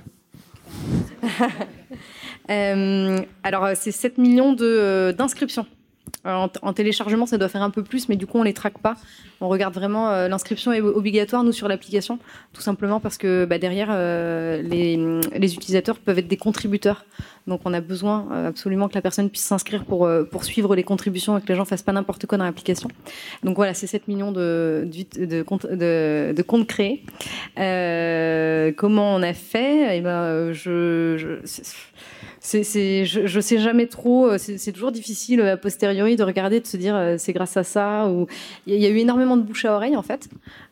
euh, Alors, c'est sept millions de, euh, d'inscriptions. En, en téléchargement, ça doit faire un peu plus, mais du coup, on ne les traque pas. On regarde vraiment, euh, l'inscription est obligatoire, nous, sur l'application, tout simplement parce que bah, derrière, euh, les, les utilisateurs peuvent être des contributeurs. Donc, on a besoin euh, absolument que la personne puisse s'inscrire pour, euh, pour suivre les contributions et que les gens ne fassent pas n'importe quoi dans l'application. Donc, voilà, c'est sept millions de, de, de, comptes, de, de comptes créés. Euh, comment on a fait? Eh ben, je... je C'est, c'est, je, je sais jamais trop. C'est, c'est toujours difficile a posteriori de regarder, de se dire euh, c'est grâce à ça. Ou il y a eu énormément de bouche à oreille en fait.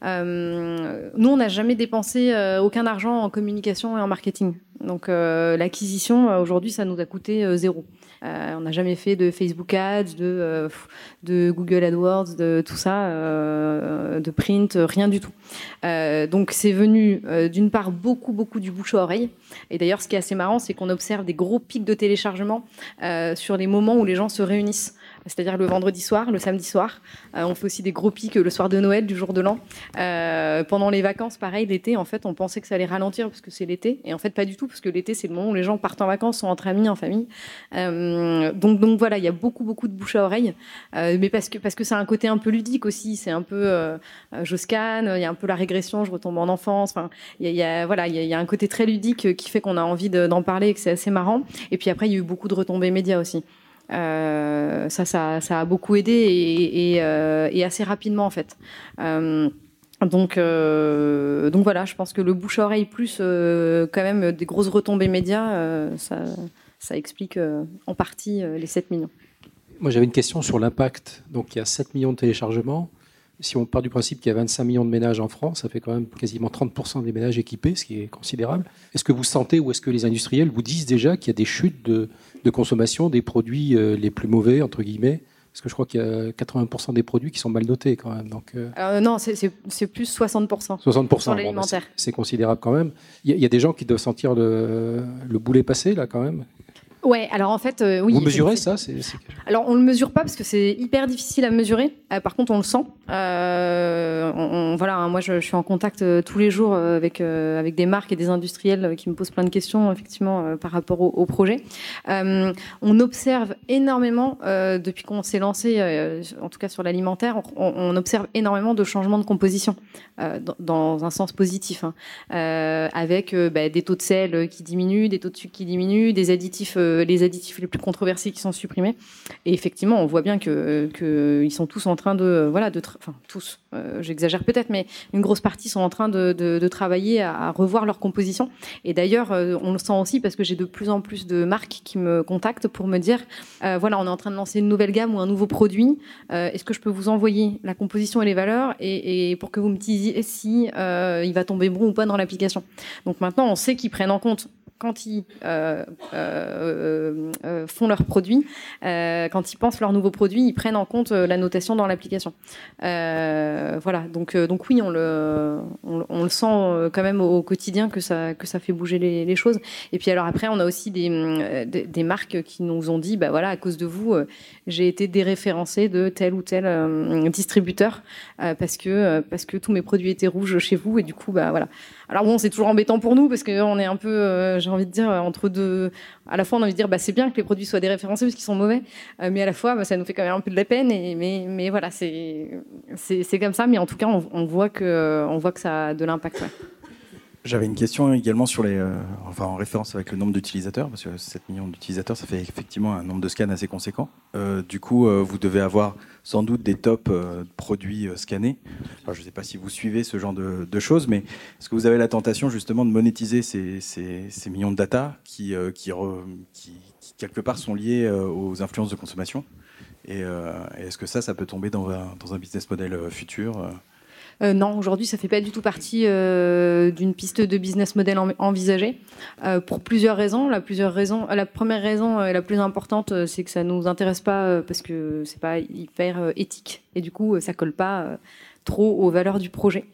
Euh, nous, on n'a jamais dépensé euh, aucun argent en communication et en marketing. Donc euh, l'acquisition euh, aujourd'hui, ça nous a coûté euh, zéro. Euh, on n'a jamais fait de Facebook Ads, de, euh, de Google AdWords, de tout ça, euh, de print, rien du tout. Euh, donc c'est venu euh, d'une part beaucoup beaucoup du bouche à oreille. Et d'ailleurs, ce qui est assez marrant, c'est qu'on observe des gros pics de téléchargement euh, sur les moments où les gens se réunissent. C'est-à-dire le vendredi soir, le samedi soir. Euh, on fait aussi des gros pics le soir de Noël, du jour de l'an. Euh, pendant les vacances, pareil, l'été, en fait, on pensait que ça allait ralentir parce que c'est l'été. Et en fait, pas du tout, parce que l'été, c'est le moment où les gens partent en vacances, sont entre amis, en famille. Euh, donc, donc voilà, il y a beaucoup, beaucoup de bouche à oreille. Euh, mais parce que, parce que c'est un côté un peu ludique aussi. C'est un peu, euh, je scanne, il y a un peu la régression, je retombe en enfance. Enfin, il y a, il y a, voilà, il y a, il y a un côté très ludique qui fait qu'on a envie de, d'en parler et que c'est assez marrant. Et puis après, il y a eu beaucoup de retombées médias aussi. Euh, ça, ça, ça a beaucoup aidé et, et, euh, et assez rapidement en fait. Euh, donc, euh, donc voilà, je pense que le bouche à oreille plus euh, quand même des grosses retombées médias, euh, ça, ça explique euh, en partie euh, les sept millions. Moi, j'avais une question sur l'impact. Donc, il y a sept millions de téléchargements. Si on part du principe qu'il y a vingt-cinq millions de ménages en France, ça fait quand même quasiment trente pour cent des ménages équipés, ce qui est considérable. Est-ce que vous sentez ou est-ce que les industriels vous disent déjà qu'il y a des chutes de, de consommation des produits euh, les plus mauvais, entre guillemets? Parce que je crois qu'il y a quatre-vingts pour cent des produits qui sont mal notés quand même. Donc, euh... Alors, non, c'est, c'est, c'est plus soixante pour cent. soixante pour cent sur l'alimentaire. Bon, bah, c'est, c'est considérable quand même. Il y, y a des gens qui doivent sentir le, le boulet passer, là, quand même. Ouais, alors en fait, euh, oui. Vous mesurez c'est... ça c'est, c'est... Alors on le mesure pas parce que c'est hyper difficile à mesurer. Euh, par contre, on le sent. Euh, on, on, voilà, hein, moi je, je suis en contact euh, tous les jours euh, avec euh, avec des marques et des industriels euh, qui me posent plein de questions effectivement euh, par rapport au, au projet. Euh, on observe énormément euh, depuis qu'on s'est lancé, euh, en tout cas sur l'alimentaire, on, on observe énormément de changements de composition euh, dans, dans un sens positif, hein, euh, avec euh, bah, des taux de sel qui diminuent, des taux de sucre qui diminuent, des additifs euh, euh, les additifs les plus controversés qui sont supprimés. Et effectivement, on voit bien que, que ils sont tous en train de, voilà, de, tra- enfin tous, euh, j'exagère peut-être, mais une grosse partie sont en train de, de, de travailler à, à revoir leur composition. Et d'ailleurs, euh, on le sent aussi parce que j'ai de plus en plus de marques qui me contactent pour me dire, euh, voilà, on est en train de lancer une nouvelle gamme ou un nouveau produit. Euh, est-ce que je peux vous envoyer la composition et les valeurs et, et pour que vous me disiez si euh, il va tomber bon ou pas dans l'application. Donc maintenant, on sait qu'ils prennent en compte quand ils euh, euh, euh, font leurs produits, euh, quand ils pensent leurs nouveaux produits, ils prennent en compte euh, la notation dans l'application. Euh, voilà, donc, euh, donc oui, on le, on, on le sent euh, quand même au, au quotidien que ça, que ça fait bouger les, les choses. Et puis alors après, on a aussi des, euh, des, des marques qui nous ont dit, bah voilà, à cause de vous, euh, j'ai été déréférencée de tel ou tel euh, distributeur euh, parce que euh, parce que tous mes produits étaient rouges chez vous et du coup, bah voilà. Alors bon, c'est toujours embêtant pour nous parce qu'on est un peu, euh, j'ai envie de dire, entre deux. À la fois, on a envie de dire, bah, c'est bien que les produits soient déréférencés parce qu'ils sont mauvais, euh, mais à la fois, bah, ça nous fait quand même un peu de la peine. Et, mais, mais voilà, c'est, c'est, c'est comme ça. Mais en tout cas, on, on voit que, on voit que ça a de l'impact. Ouais. J'avais une question également sur les, euh, enfin en référence avec le nombre d'utilisateurs, parce que sept millions d'utilisateurs, ça fait effectivement un nombre de scans assez conséquent. Euh, du coup, euh, vous devez avoir sans doute des top euh, produits euh, scannés. Alors, je ne sais pas si vous suivez ce genre de, de choses, mais est-ce que vous avez la tentation justement de monétiser ces, ces, ces millions de data qui, euh, qui, re, qui, qui, quelque part, sont liés euh, aux influences de consommation et, euh, et est-ce que ça, ça peut tomber dans un, dans un business model euh, futur euh Euh, non, aujourd'hui, ça fait pas du tout partie euh, d'une piste de business model en- envisagée euh, pour plusieurs raisons. La, plusieurs raisons. La première raison et la plus importante, euh, c'est que ça nous intéresse pas euh, parce que c'est pas hyper euh, éthique et du coup, euh, ça colle pas euh, trop aux valeurs du projet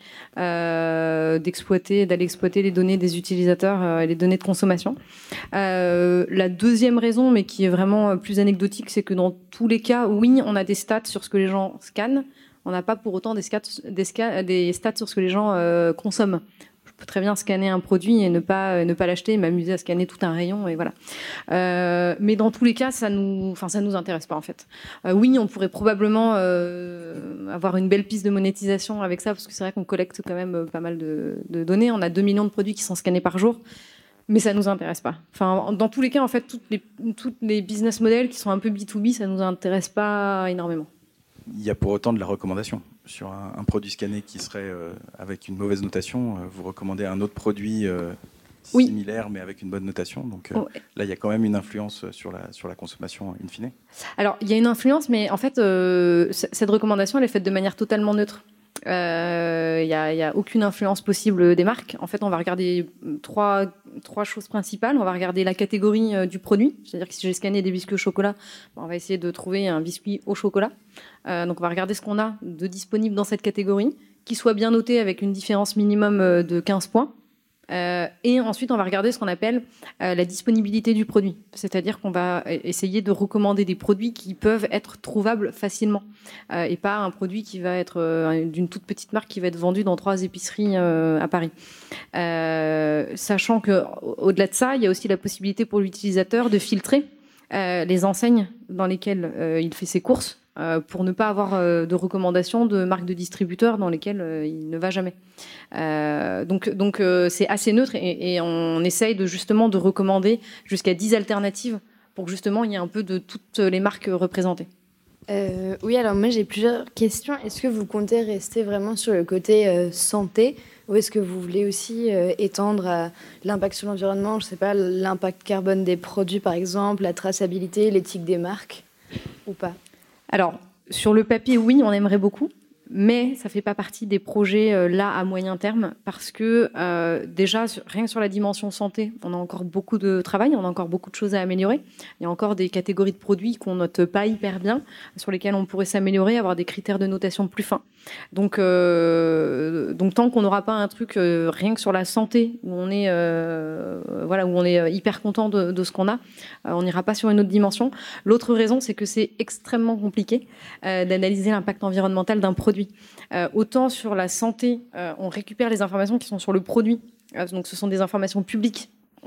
euh, d'exploiter, d'aller exploiter les données des utilisateurs euh, et les données de consommation. Euh, la deuxième raison, mais qui est vraiment plus anecdotique, c'est que dans tous les cas, oui, on a des stats sur ce que les gens scannent. On n'a pas pour autant des stats, des, sca- des stats sur ce que les gens euh, consomment. Je peux très bien scanner un produit et ne pas, ne pas l'acheter, m'amuser à scanner tout un rayon, et voilà. Euh, mais dans tous les cas, ça nous, enfin, ça nous intéresse pas en fait. Euh, oui, on pourrait probablement euh, avoir une belle piste de monétisation avec ça, parce que c'est vrai qu'on collecte quand même pas mal de, de données. On a deux millions de produits qui sont scannés par jour. Mais ça nous intéresse pas. Enfin, dans tous les cas, en fait, toutes les, toutes les business models qui sont un peu B deux B, ça nous intéresse pas énormément. Il y a pour autant de la recommandation sur un, un produit scanné qui serait euh, avec une mauvaise notation. Euh, vous recommandez un autre produit euh, oui. similaire mais avec une bonne notation. Donc euh, ouais. Là, il y a quand même une influence sur la, sur la consommation in fine. Alors, il y a une influence, mais en fait, euh, c- cette recommandation, elle est faite de manière totalement neutre. Il euh, n'y a, y a aucune influence possible des marques. En fait, on va regarder trois, trois choses principales. On va regarder la catégorie euh, du produit. C'est-à-dire que si j'ai scanné des biscuits au chocolat, on va essayer de trouver un biscuit au chocolat. Euh, donc, on va regarder ce qu'on a de disponible dans cette catégorie, qui soit bien noté avec une différence minimum de quinze points. Euh, et ensuite, on va regarder ce qu'on appelle euh, la disponibilité du produit. C'est-à-dire qu'on va essayer de recommander des produits qui peuvent être trouvables facilement euh, et pas un produit qui va être euh, d'une toute petite marque qui va être vendu dans trois épiceries euh, à Paris. Euh, sachant qu'au-delà de ça, il y a aussi la possibilité pour l'utilisateur de filtrer euh, les enseignes dans lesquelles euh, il fait ses courses euh, pour ne pas avoir euh, de recommandations de marques de distributeurs dans lesquelles euh, il ne va jamais. Euh, donc donc euh, c'est assez neutre et, et on essaye de justement de recommander jusqu'à dix alternatives pour que justement il y ait un peu de toutes les marques représentées. Euh, oui, alors moi j'ai plusieurs questions. Est-ce que vous comptez rester vraiment sur le côté euh, santé ou est-ce que vous voulez aussi euh, étendre à l'impact sur l'environnement, je ne sais pas, l'impact carbone des produits par exemple, la traçabilité, l'éthique des marques ou pas? Alors, sur le papier, oui, on aimerait beaucoup. Mais ça ne fait pas partie des projets euh, là à moyen terme parce que euh, déjà, sur, rien que sur la dimension santé, on a encore beaucoup de travail, on a encore beaucoup de choses à améliorer. Il y a encore des catégories de produits qu'on note pas hyper bien, sur lesquels on pourrait s'améliorer, avoir des critères de notation plus fins. Donc, euh, donc tant qu'on n'aura pas un truc euh, rien que sur la santé où on est, euh, voilà, où on est hyper content de, de ce qu'on a, euh, on n'ira pas sur une autre dimension. L'autre raison, c'est que c'est extrêmement compliqué euh, d'analyser l'impact environnemental d'un produit. Euh, autant sur la santé, euh, on récupère les informations qui sont sur le produit, euh, donc ce sont des informations publiques.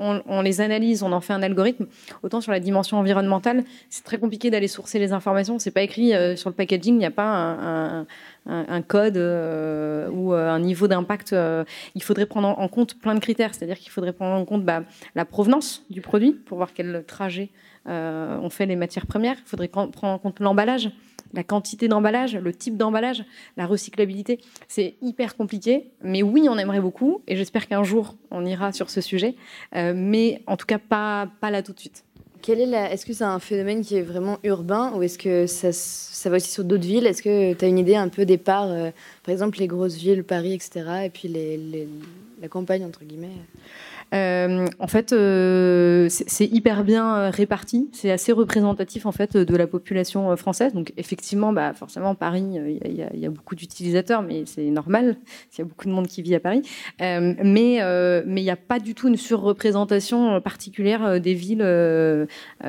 on, on les analyse, on en fait un algorithme. Autant sur la dimension environnementale, c'est très compliqué d'aller sourcer les informations. C'est pas écrit euh, sur le packaging, il n'y a pas un, un, un, un code euh, ou euh, un niveau d'impact. Euh, il faudrait prendre en compte plein de critères. C'est-à-dire qu'il faudrait prendre en compte bah, la provenance du produit pour voir quel trajet euh, on fait les matières premières. Il faudrait prendre en compte l'emballage, la quantité d'emballage, le type d'emballage, la recyclabilité. C'est hyper compliqué, mais oui, on aimerait beaucoup, et j'espère qu'un jour, on ira sur ce sujet, euh, mais en tout cas, pas, pas là tout de suite. Quelle est la... Est-ce que c'est un phénomène qui est vraiment urbain, ou est-ce que ça, ça va aussi sur d'autres villes? Est-ce que tu as une idée un peu des parts, euh, par exemple, les grosses villes, Paris, et cetera, et puis les, les, la campagne, entre guillemets? Euh, en fait, euh, c'est, c'est hyper bien réparti. C'est assez représentatif en fait de la population française. Donc, effectivement, bah, forcément, Paris, il y, y, y a beaucoup d'utilisateurs, mais c'est normal. Il y a beaucoup de monde qui vit à Paris. Euh, mais euh, mais il n'y a pas du tout une surreprésentation particulière des villes. Euh,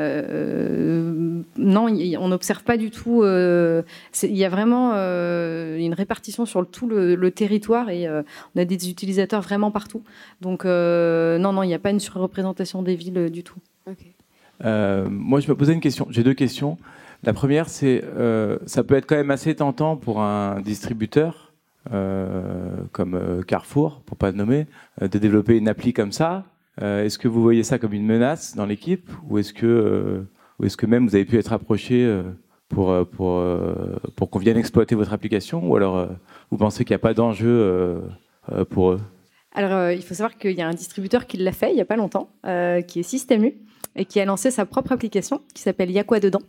euh, non, y, on n'observe pas du tout. Euh, il y a vraiment euh, une répartition sur le, tout le, le territoire et euh, on a des utilisateurs vraiment partout. Donc euh, non, non, il n'y a pas une surreprésentation des villes euh, du tout. Okay. Euh, moi, je me posais une question. J'ai deux questions. La première, c'est euh, ça peut être quand même assez tentant pour un distributeur euh, comme euh, Carrefour, pour pas le nommer, euh, de développer une appli comme ça. Euh, est-ce que vous voyez ça comme une menace dans l'équipe, ou est-ce que, euh, ou est-ce que même vous avez pu être approché euh, pour pour euh, pour qu'on vienne exploiter votre application, ou alors euh, vous pensez qu'il n'y a pas d'enjeu euh, euh, pour eux? Alors, euh, il faut savoir qu'il y a un distributeur qui l'a fait il n'y a pas longtemps, euh, qui est Système U, et qui a lancé sa propre application, qui s'appelle Y'a quoi dedans.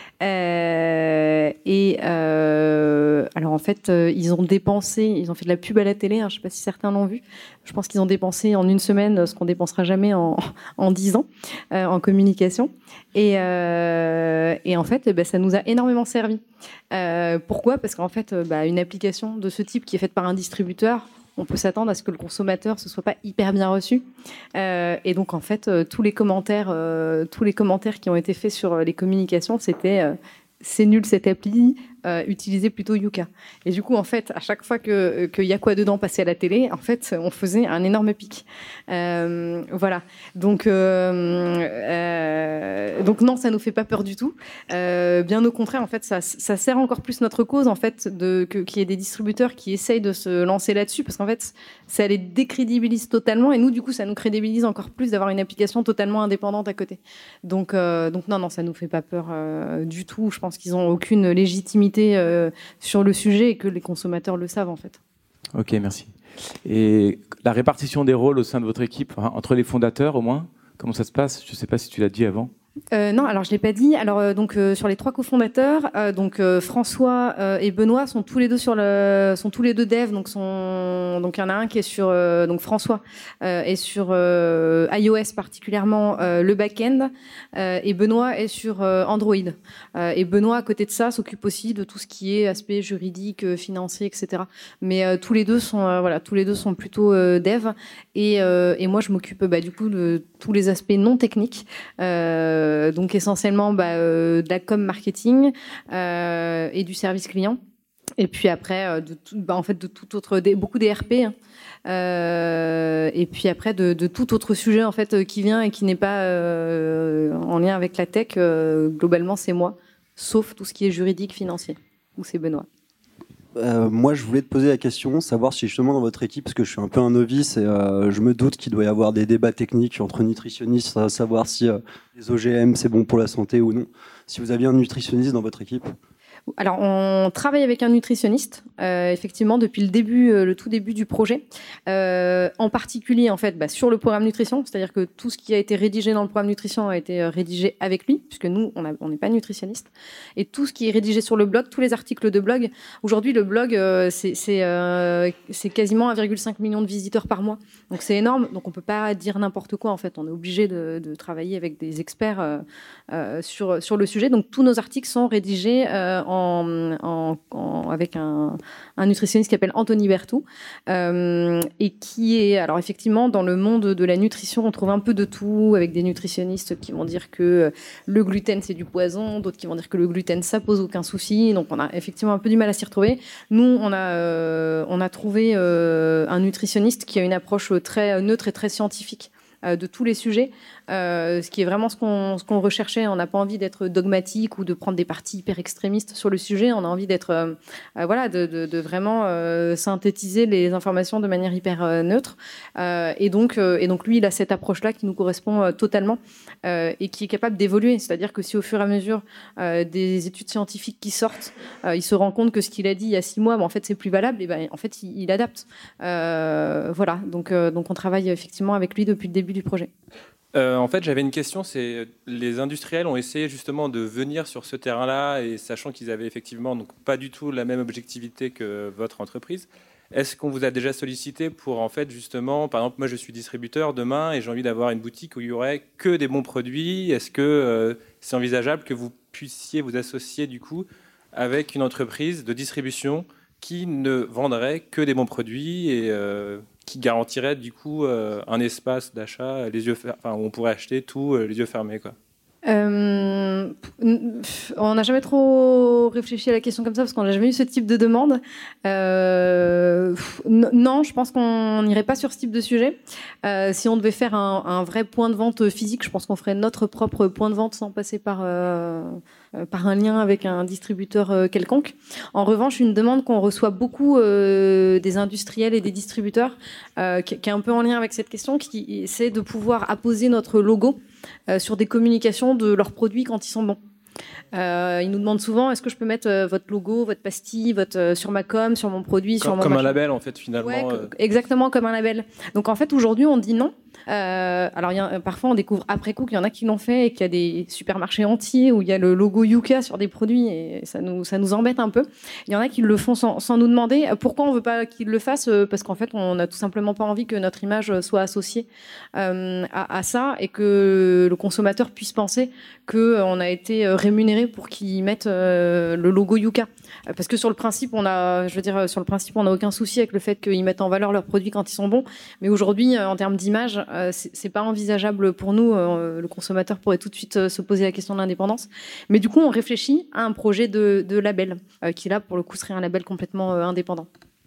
Euh, et euh, alors, en fait, euh, ils ont dépensé, ils ont fait de la pub à la télé, hein, je ne sais pas si certains l'ont vu. Je pense qu'ils ont dépensé en une semaine ce qu'on ne dépensera jamais en, en dix ans euh, en communication. Et, euh, et en fait, bah, ça nous a énormément servi. Euh, pourquoi ? Parce qu'en fait, bah, une application de ce type qui est faite par un distributeur, on peut s'attendre à ce que le consommateur ne soit pas hyper bien reçu. Euh, et donc, en fait, euh, tous les commentaires, euh, tous les commentaires qui ont été faits sur euh, les communications, c'était euh, « c'est nul cette appli, euh, utilisez plutôt Yuka ». Et du coup, en fait, à chaque fois que, que Y a quoi dedans passait à la télé, en fait, on faisait un énorme pic. Euh, voilà. Donc, euh, euh, donc, non, ça ne nous fait pas peur du tout. Euh, bien au contraire, en fait, ça, ça sert encore plus notre cause, en fait, de, que, qu'il y ait des distributeurs qui essayent de se lancer là-dessus, parce qu'en fait, ça les décrédibilise totalement, et nous, du coup, ça nous crédibilise encore plus d'avoir une application totalement indépendante à côté. Donc, euh, donc non, non, ça ne nous fait pas peur euh, du tout. Je pense qu'ils n'ont aucune légitimité euh, sur le sujet et que les consommateurs le savent, en fait. Ok, merci. Et la répartition des rôles au sein de votre équipe, enfin, entre les fondateurs au moins, comment ça se passe? Je ne sais pas si tu l'as dit avant. Euh, non, alors je l'ai pas dit. Alors euh, donc euh, sur les trois cofondateurs, euh, donc euh, François euh, et Benoît sont tous les deux sur le, sont tous les deux devs. Donc sont, donc il y en a un qui est sur, euh, donc François euh, est sur euh, iOS particulièrement euh, le back-end euh, et Benoît est sur euh, Android. Euh, et Benoît à côté de ça s'occupe aussi de tout ce qui est aspect juridique, euh, financier, et cetera. Mais euh, tous les deux sont, euh, voilà, tous les deux sont plutôt euh, dev. Et, euh, et moi je m'occupe bah, du coup de tous les aspects non techniques. Euh, donc essentiellement bah, euh, de la com marketing euh, et du service client. Et puis après, euh, de tout, bah, en fait, de tout autre, des, beaucoup des R P. Hein. Euh, et puis après, de, de tout autre sujet en fait qui vient et qui n'est pas euh, en lien avec la tech. Euh, globalement, c'est moi, sauf tout ce qui est juridique, financier, où c'est Benoît. Euh, moi, je voulais te poser la question, savoir si justement dans votre équipe, parce que je suis un peu un novice et euh, je me doute qu'il doit y avoir des débats techniques entre nutritionnistes, à savoir si euh, les O G M c'est bon pour la santé ou non. Si vous aviez un nutritionniste dans votre équipe. Alors, on travaille avec un nutritionniste, euh, effectivement, depuis le début, euh, le tout début du projet. Euh, en particulier, en fait, bah, sur le programme nutrition, c'est-à-dire que tout ce qui a été rédigé dans le programme nutrition a été euh, rédigé avec lui, puisque nous, on n'est pas nutritionniste. Et tout ce qui est rédigé sur le blog, tous les articles de blog. Aujourd'hui, le blog, euh, c'est, c'est, euh, c'est quasiment un virgule cinq million de visiteurs par mois. Donc, c'est énorme. Donc, on peut pas dire n'importe quoi, en fait. On est obligé de, de travailler avec des experts euh, euh, sur, sur le sujet. Donc, tous nos articles sont rédigés euh, en En, en, en, avec un, un nutritionniste qui s'appelle Anthony Bertou euh, et qui est, alors effectivement, dans le monde de la nutrition, on trouve un peu de tout, avec des nutritionnistes qui vont dire que le gluten c'est du poison, d'autres qui vont dire que le gluten ça pose aucun souci, donc on a effectivement un peu du mal à s'y retrouver. Nous, on a, euh, on a trouvé euh, un nutritionniste qui a une approche très neutre et très scientifique euh, de tous les sujets, euh, ce qui est vraiment ce qu'on, ce qu'on recherchait. On n'a pas envie d'être dogmatique ou de prendre des partis hyper extrémistes sur le sujet. On a envie d'être, euh, euh, voilà, de, de, de vraiment euh, synthétiser les informations de manière hyper euh, neutre. Euh, et, donc, euh, et donc, lui, il a cette approche-là qui nous correspond euh, totalement euh, et qui est capable d'évoluer. C'est-à-dire que si au fur et à mesure euh, des études scientifiques qui sortent, euh, il se rend compte que ce qu'il a dit il y a six mois, ben, en fait, c'est plus valable, et ben, en fait, il, il adapte. Euh, voilà, donc, euh, donc on travaille effectivement avec lui depuis le début du projet. Euh, en fait, j'avais une question, c'est les industriels ont essayé justement de venir sur ce terrain-là, et sachant qu'ils avaient effectivement donc pas du tout la même objectivité que votre entreprise. Est-ce qu'on vous a déjà sollicité pour en fait justement, par exemple, moi je suis distributeur demain et j'ai envie d'avoir une boutique où il y aurait que des bons produits. Est-ce que euh, c'est envisageable que vous puissiez vous associer du coup avec une entreprise de distribution qui ne vendrait que des bons produits et euh, qui garantirait du coup euh, un espace d'achat les yeux fer- enfin, où on pourrait acheter tout euh, les yeux fermés quoi. Euh, on n'a jamais trop réfléchi à la question comme ça parce qu'on n'a jamais eu ce type de demande. Euh, non, je pense qu'on n'irait pas sur ce type de sujet. Euh, si on devait faire un, un vrai point de vente physique, je pense qu'on ferait notre propre point de vente sans passer par, euh, par un lien avec un distributeur quelconque. En revanche, une demande qu'on reçoit beaucoup euh, des industriels et des distributeurs, euh, qui, qui est un peu en lien avec cette question, qui, c'est de pouvoir apposer notre logo Euh, sur des communications de leurs produits quand ils sont bons. Euh, ils nous demandent souvent, est-ce que je peux mettre euh, votre logo, votre pastille, votre, euh, sur ma com, sur mon produit, comme, sur mon comme machin. un label en fait finalement. Ouais, euh... exactement comme un label. Donc en fait aujourd'hui on dit non. Euh, alors y a, parfois on découvre après coup qu'il y en a qui l'ont fait et qu'il y a des supermarchés entiers où il y a le logo Yuka sur des produits et ça nous, ça nous embête un peu. Il y en a qui le font sans, sans nous demander. Pourquoi on veut pas qu'ils le fassent? Parce qu'en fait on n'a tout simplement pas envie que notre image soit associée euh, à, à ça et que le consommateur puisse penser qu'on a été rémunéré pour qu'ils mettent euh, le logo Yuka. Parce que sur le principe, on a, je veux dire, sur le principe, on n'a aucun souci avec le fait qu'ils mettent en valeur leurs produits quand ils sont bons. Mais aujourd'hui, en termes d'image, c'est, c'est pas envisageable pour nous. Le consommateur pourrait tout de suite se poser la question de l'indépendance. Mais du coup, on réfléchit à un projet de, de label qui, là, pour le coup, serait un label complètement indépendant.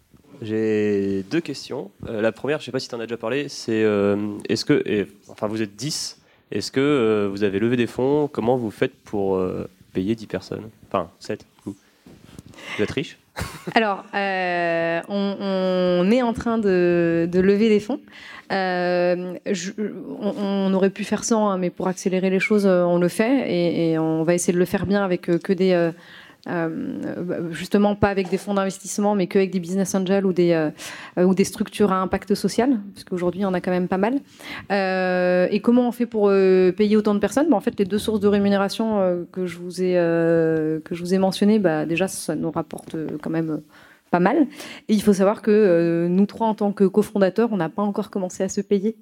J'ai deux questions. Euh, la première, je ne sais pas si tu en as déjà parlé, c'est euh, est-ce que, et, enfin, vous êtes dix, est-ce que euh, vous avez levé des fonds? Comment vous faites pour euh, payer dix personnes? Enfin, sept. Vous êtes riche? Alors, euh, on, on est en train de, de lever des fonds. Euh, je, on, on aurait pu faire sans, hein, mais pour accélérer les choses, on le fait et, et on va essayer de le faire bien avec que des... Euh, Euh, justement pas avec des fonds d'investissement mais qu'avec des business angels ou des, euh, ou des structures à impact social parce qu'aujourd'hui on a quand même pas mal euh, et comment on fait pour euh, payer autant de personnes? Bah, en fait les deux sources de rémunération euh, que je vous ai, euh, que je vous ai mentionnées, bah, déjà ça nous rapporte quand même pas mal. Et il faut savoir que euh, nous trois, en tant que cofondateurs, on n'a pas encore commencé à se payer.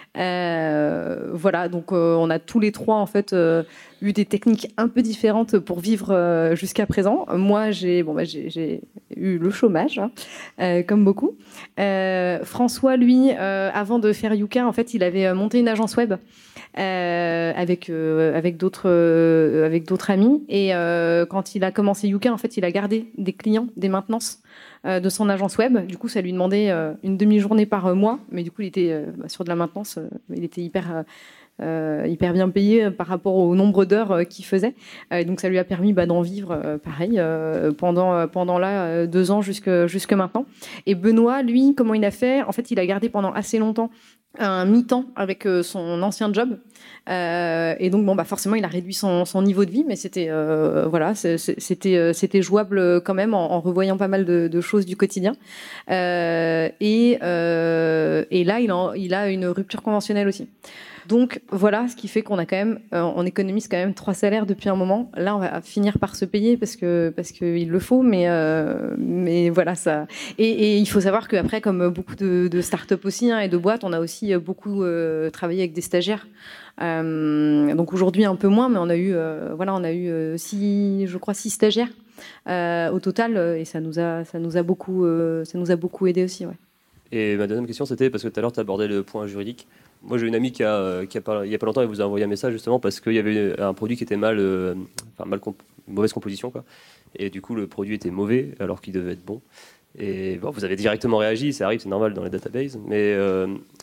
Euh, voilà, donc euh, on a tous les trois en fait euh, eu des techniques un peu différentes pour vivre euh, jusqu'à présent. Moi, j'ai bon, bah, j'ai, j'ai eu le chômage, hein, euh, comme beaucoup. Euh, François, lui, euh, avant de faire Yuka, en fait, il avait monté une agence web. Euh, avec euh, avec d'autres euh, avec d'autres amis et euh, quand il a commencé Yuka, en fait, il a gardé des clients, des maintenances euh, de son agence web. Du coup, ça lui demandait euh, une demi-journée par mois, mais du coup, il était euh, bah, sur de la maintenance, euh, il était hyper euh, Euh, hyper bien payé par rapport au nombre d'heures euh, qu'il faisait. Euh, donc ça lui a permis bah, d'en vivre euh, pareil euh, pendant, pendant là euh, deux ans jusque, jusque maintenant. Et Benoît, lui, comment il a fait? En fait, il a gardé pendant assez longtemps un mi-temps avec euh, son ancien job. Euh, et donc, bon, bah, forcément, il a réduit son, son niveau de vie, mais c'était, euh, voilà, c'était, c'était jouable quand même en, en revoyant pas mal de, de choses du quotidien. Euh, et, euh, et là, il, en, il a une rupture conventionnelle aussi. Donc voilà, ce qui fait qu'on a quand même, euh, on économise quand même trois salaires depuis un moment. Là, on va finir par se payer parce que parce qu'il le faut, mais euh, mais voilà ça. Et, et il faut savoir qu'après, comme beaucoup de, de startups aussi hein, et de boîtes, on a aussi beaucoup euh, travaillé avec des stagiaires. Euh, donc aujourd'hui un peu moins, mais on a eu euh, voilà, on a eu euh, six, je crois six stagiaires euh, au total, et ça nous a ça nous a beaucoup euh, ça nous a beaucoup aidé aussi. Ouais. Et ma deuxième question, c'était parce que tout à l'heure, tu abordais le point juridique. Moi, j'ai une amie qui, a, qui a pas, il n'y a pas longtemps, elle vous a envoyé un message justement parce qu'il y avait un produit qui était mal, euh, enfin, mal comp- mauvaise composition, quoi. Et du coup, le produit était mauvais alors qu'il devait être bon. Et bon, vous avez directement réagi, ça arrive, c'est normal dans les databases. Mais euh,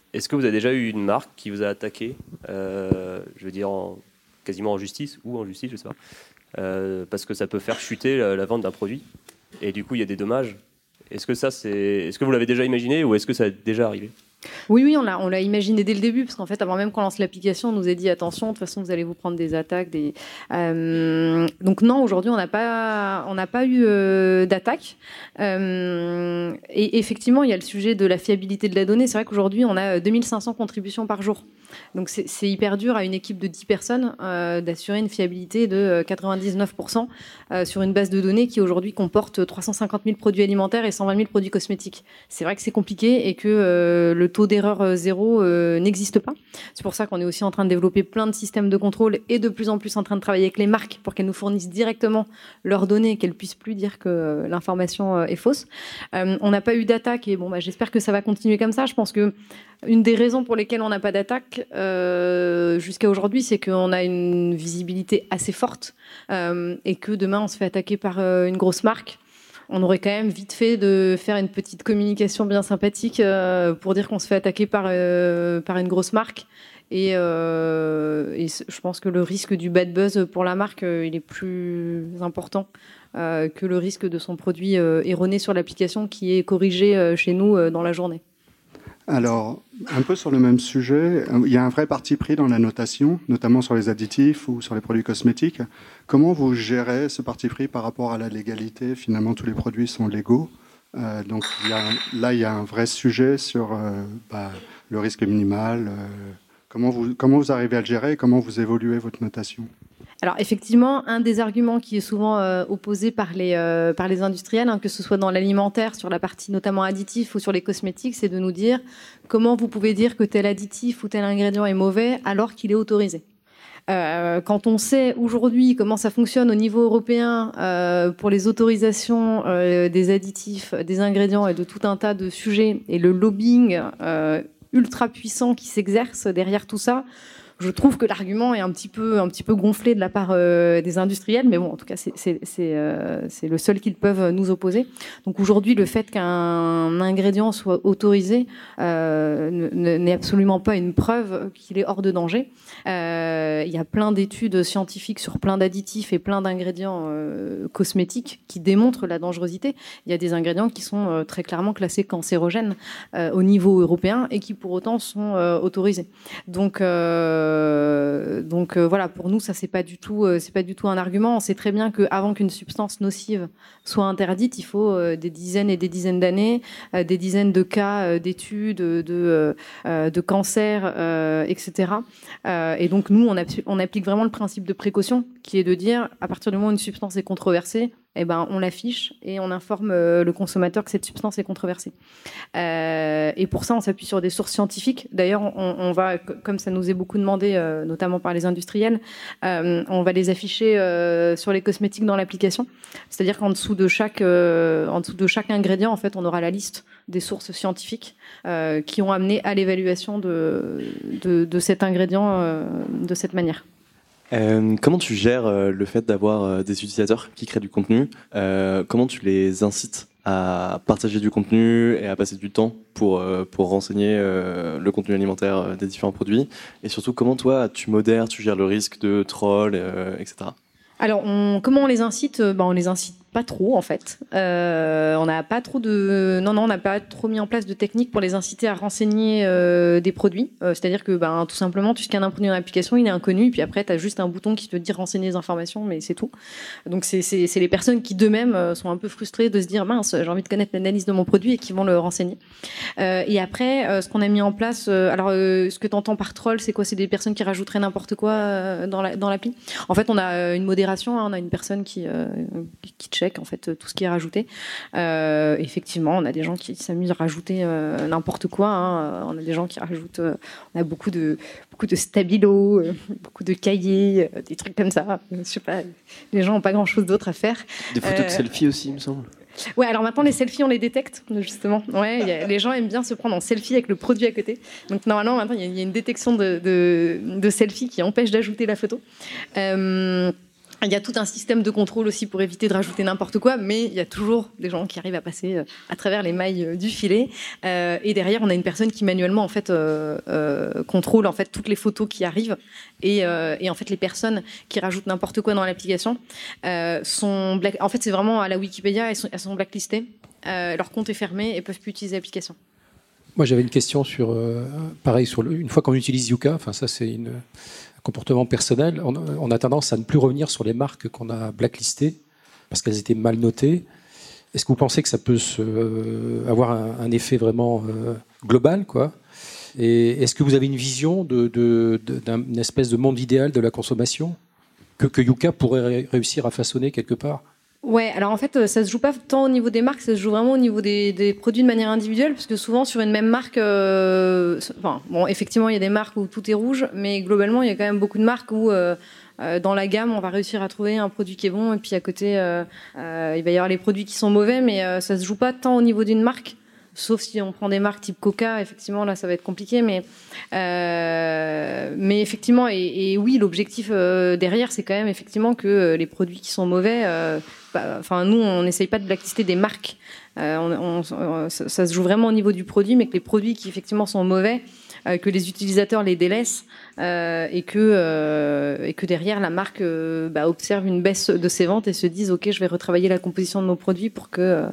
est-ce que vous avez déjà eu une marque qui vous a attaqué, euh, je veux dire en, quasiment en justice ou en justice, je sais pas, euh, parce que ça peut faire chuter la, la vente d'un produit et du coup il y a des dommages. Est-ce que ça c'est, est-ce que vous l'avez déjà imaginé ou est-ce que ça a déjà arrivé ? Oui, oui, on l'a, on l'a imaginé dès le début, parce qu'en fait, avant même qu'on lance l'application, on nous a dit attention, de toute façon, vous allez vous prendre des attaques. Des... Euh... Donc non, aujourd'hui, on n'a pas, on n'a pas eu euh, d'attaque. Euh... Et effectivement, il y a le sujet de la fiabilité de la donnée. C'est vrai qu'aujourd'hui, on a deux mille cinq cents contributions par jour. Donc c'est, c'est hyper dur à une équipe de dix personnes euh, d'assurer une fiabilité de quatre-vingt-dix-neuf pour cent euh, sur une base de données qui aujourd'hui comporte trois cent cinquante mille produits alimentaires et cent vingt mille produits cosmétiques. C'est vrai que c'est compliqué et que euh, le taux d'erreur zéro euh, n'existe pas. C'est pour ça qu'on est aussi en train de développer plein de systèmes de contrôle et de plus en plus en train de travailler avec les marques pour qu'elles nous fournissent directement leurs données et qu'elles puissent plus dire que euh, l'information euh, est fausse. Euh, on n'a pas eu d'attaque et bon, bah, j'espère que ça va continuer comme ça. Je pense que une des raisons pour lesquelles on n'a pas d'attaque euh, jusqu'à aujourd'hui, c'est qu'on a une visibilité assez forte euh, et que demain on se fait attaquer par euh, une grosse marque. On aurait quand même vite fait de faire une petite communication bien sympathique euh, pour dire qu'on se fait attaquer par, euh, par une grosse marque. Et, euh, et je pense que le risque du bad buzz pour la marque, euh, il est plus important euh, que le risque de son produit euh, erroné sur l'application qui est corrigé euh, chez nous euh, dans la journée. Alors, un peu sur le même sujet, il y a un vrai parti pris dans la notation, notamment sur les additifs ou sur les produits cosmétiques. Comment vous gérez ce parti pris par rapport à la légalité ? Finalement, tous les produits sont légaux. Euh, donc il y a, là, il y a un vrai sujet sur euh, bah, le risque minimal. Euh, comment, vous, comment vous arrivez à le gérer et comment vous évoluez votre notation ? Alors effectivement, un des arguments qui est souvent euh, opposé par les, euh, par les industriels, hein, que ce soit dans l'alimentaire, sur la partie notamment additif ou sur les cosmétiques, c'est de nous dire comment vous pouvez dire que tel additif ou tel ingrédient est mauvais alors qu'il est autorisé. Euh, quand on sait aujourd'hui comment ça fonctionne au niveau européen euh, pour les autorisations euh, des additifs, des ingrédients et de tout un tas de sujets, et le lobbying euh, ultra puissant qui s'exerce derrière tout ça, je trouve que l'argument est un petit peu, un petit peu gonflé de la part euh, des industriels, mais bon, en tout cas, c'est, c'est, c'est, euh, c'est le seul qu'ils peuvent nous opposer. Donc aujourd'hui, le fait qu'un ingrédient soit autorisé euh, n'est absolument pas une preuve qu'il est hors de danger. Euh, il y a plein d'études scientifiques sur plein d'additifs et plein d'ingrédients euh, cosmétiques qui démontrent la dangerosité. Il y a des ingrédients qui sont euh, très clairement classés cancérogènes euh, au niveau européen et qui pour autant sont euh, autorisés. Donc euh, Euh, donc euh, voilà, pour nous, ça c'est pas du tout, euh, c'est pas du tout un argument. On sait très bien qu'avant qu'une substance nocive soit interdite, il faut euh, des dizaines et des dizaines d'années, euh, des dizaines de cas euh, d'études, de, euh, de cancers, euh, et cetera. Euh, et donc nous, on, a, on applique vraiment le principe de précaution, qui est de dire, à partir du moment où une substance est controversée, eh ben, on l'affiche et on informe euh, le consommateur que cette substance est controversée. Euh, et pour ça, on s'appuie sur des sources scientifiques. D'ailleurs, on, on va, comme ça nous est beaucoup demandé, euh, notamment par les industriels, euh, on va les afficher euh, sur les cosmétiques dans l'application. C'est-à-dire qu'en dessous de chaque, euh, en dessous de chaque ingrédient, en fait, on aura la liste des sources scientifiques euh, qui ont amené à l'évaluation de, de, de cet ingrédient euh, de cette manière. Euh, comment tu gères euh, le fait d'avoir euh, des utilisateurs qui créent du contenu euh, Comment tu les incites à partager du contenu et à passer du temps pour, euh, pour renseigner euh, le contenu alimentaire euh, des différents produits? Et surtout, comment toi, tu modères, tu gères le risque de troll, euh, et cetera. Alors, on, comment on les incite? Ben, on les incite pas trop, en fait. Euh, on n'a pas trop de... Non, non, on n'a pas trop mis en place de techniques pour les inciter à renseigner euh, des produits. Euh, c'est-à-dire que, ben, tout simplement, tu scannes un produit dans l'application, il est inconnu, et puis après, tu as juste un bouton qui te dit renseigner les informations, mais c'est tout. Donc, c'est, c'est, c'est les personnes qui, d'eux-mêmes, sont un peu frustrées de se dire, mince, j'ai envie de connaître l'analyse de mon produit, et qui vont le renseigner. Euh, et après, euh, ce qu'on a mis en place... Euh, alors, euh, ce que tu entends par troll, c'est quoi? C'est des personnes qui rajouteraient n'importe quoi euh, dans, la, dans l'appli. En fait, on a une modération, hein, on a une personne qui, euh, qui check en fait tout ce qui est rajouté. Euh, effectivement, on a des gens qui s'amusent à rajouter euh, n'importe quoi. Hein. On a des gens qui rajoutent. Euh, on a beaucoup de beaucoup de stabilos, euh, beaucoup de cahiers, euh, des trucs comme ça. Je sais pas. Les gens n'ont pas grand-chose d'autre à faire. Des photos euh, de selfies aussi, il me semble. Ouais, alors maintenant les selfies on les détecte justement. Ouais, y a, les gens aiment bien se prendre en selfie avec le produit à côté. Donc normalement maintenant il y, y a une détection de, de, de selfie qui empêche d'ajouter la photo. Euh, Il y a tout un système de contrôle aussi pour éviter de rajouter n'importe quoi, mais il y a toujours des gens qui arrivent à passer à travers les mailles du filet. Euh, et derrière, on a une personne qui manuellement en fait euh, euh, contrôle en fait toutes les photos qui arrivent. Et, euh, et en fait, les personnes qui rajoutent n'importe quoi dans l'application euh, sont black... en fait, c'est vraiment à la Wikipédia, elles sont, elles sont blacklistées. Euh, leur compte est fermé et peuvent plus utiliser l'application. Moi, j'avais une question sur, euh, pareil, sur le, une fois qu'on utilise Yuka, enfin ça c'est une comportement personnel, on, on a tendance à ne plus revenir sur les marques qu'on a blacklistées parce qu'elles étaient mal notées. Est-ce que vous pensez que ça peut se, euh, avoir un, un effet vraiment euh, global, quoi ? Et est-ce que vous avez une vision de, de, de, d'une espèce de monde idéal de la consommation que, que Yuka pourrait ré- réussir à façonner quelque part ? Ouais, alors en fait, ça se joue pas tant au niveau des marques, ça se joue vraiment au niveau des, des produits de manière individuelle, parce que souvent sur une même marque, euh, enfin, bon, effectivement, il y a des marques où tout est rouge, mais globalement, il y a quand même beaucoup de marques où euh, euh, dans la gamme, on va réussir à trouver un produit qui est bon, et puis à côté, euh, euh, il va y avoir les produits qui sont mauvais, mais euh, ça se joue pas tant au niveau d'une marque. Sauf si on prend des marques type Coca, effectivement, là, ça va être compliqué. Mais, euh, mais effectivement, et, et oui, l'objectif euh, derrière, c'est quand même effectivement que euh, les produits qui sont mauvais, euh, bah, enfin, nous, on n'essaye pas de blacklister des marques. Euh, on, on, ça, ça se joue vraiment au niveau du produit, mais que les produits qui effectivement sont mauvais, euh, que les utilisateurs les délaissent euh, et, que, euh, et que derrière, la marque euh, bah, observe une baisse de ses ventes et se dise, OK, je vais retravailler la composition de nos produits pour que... Euh,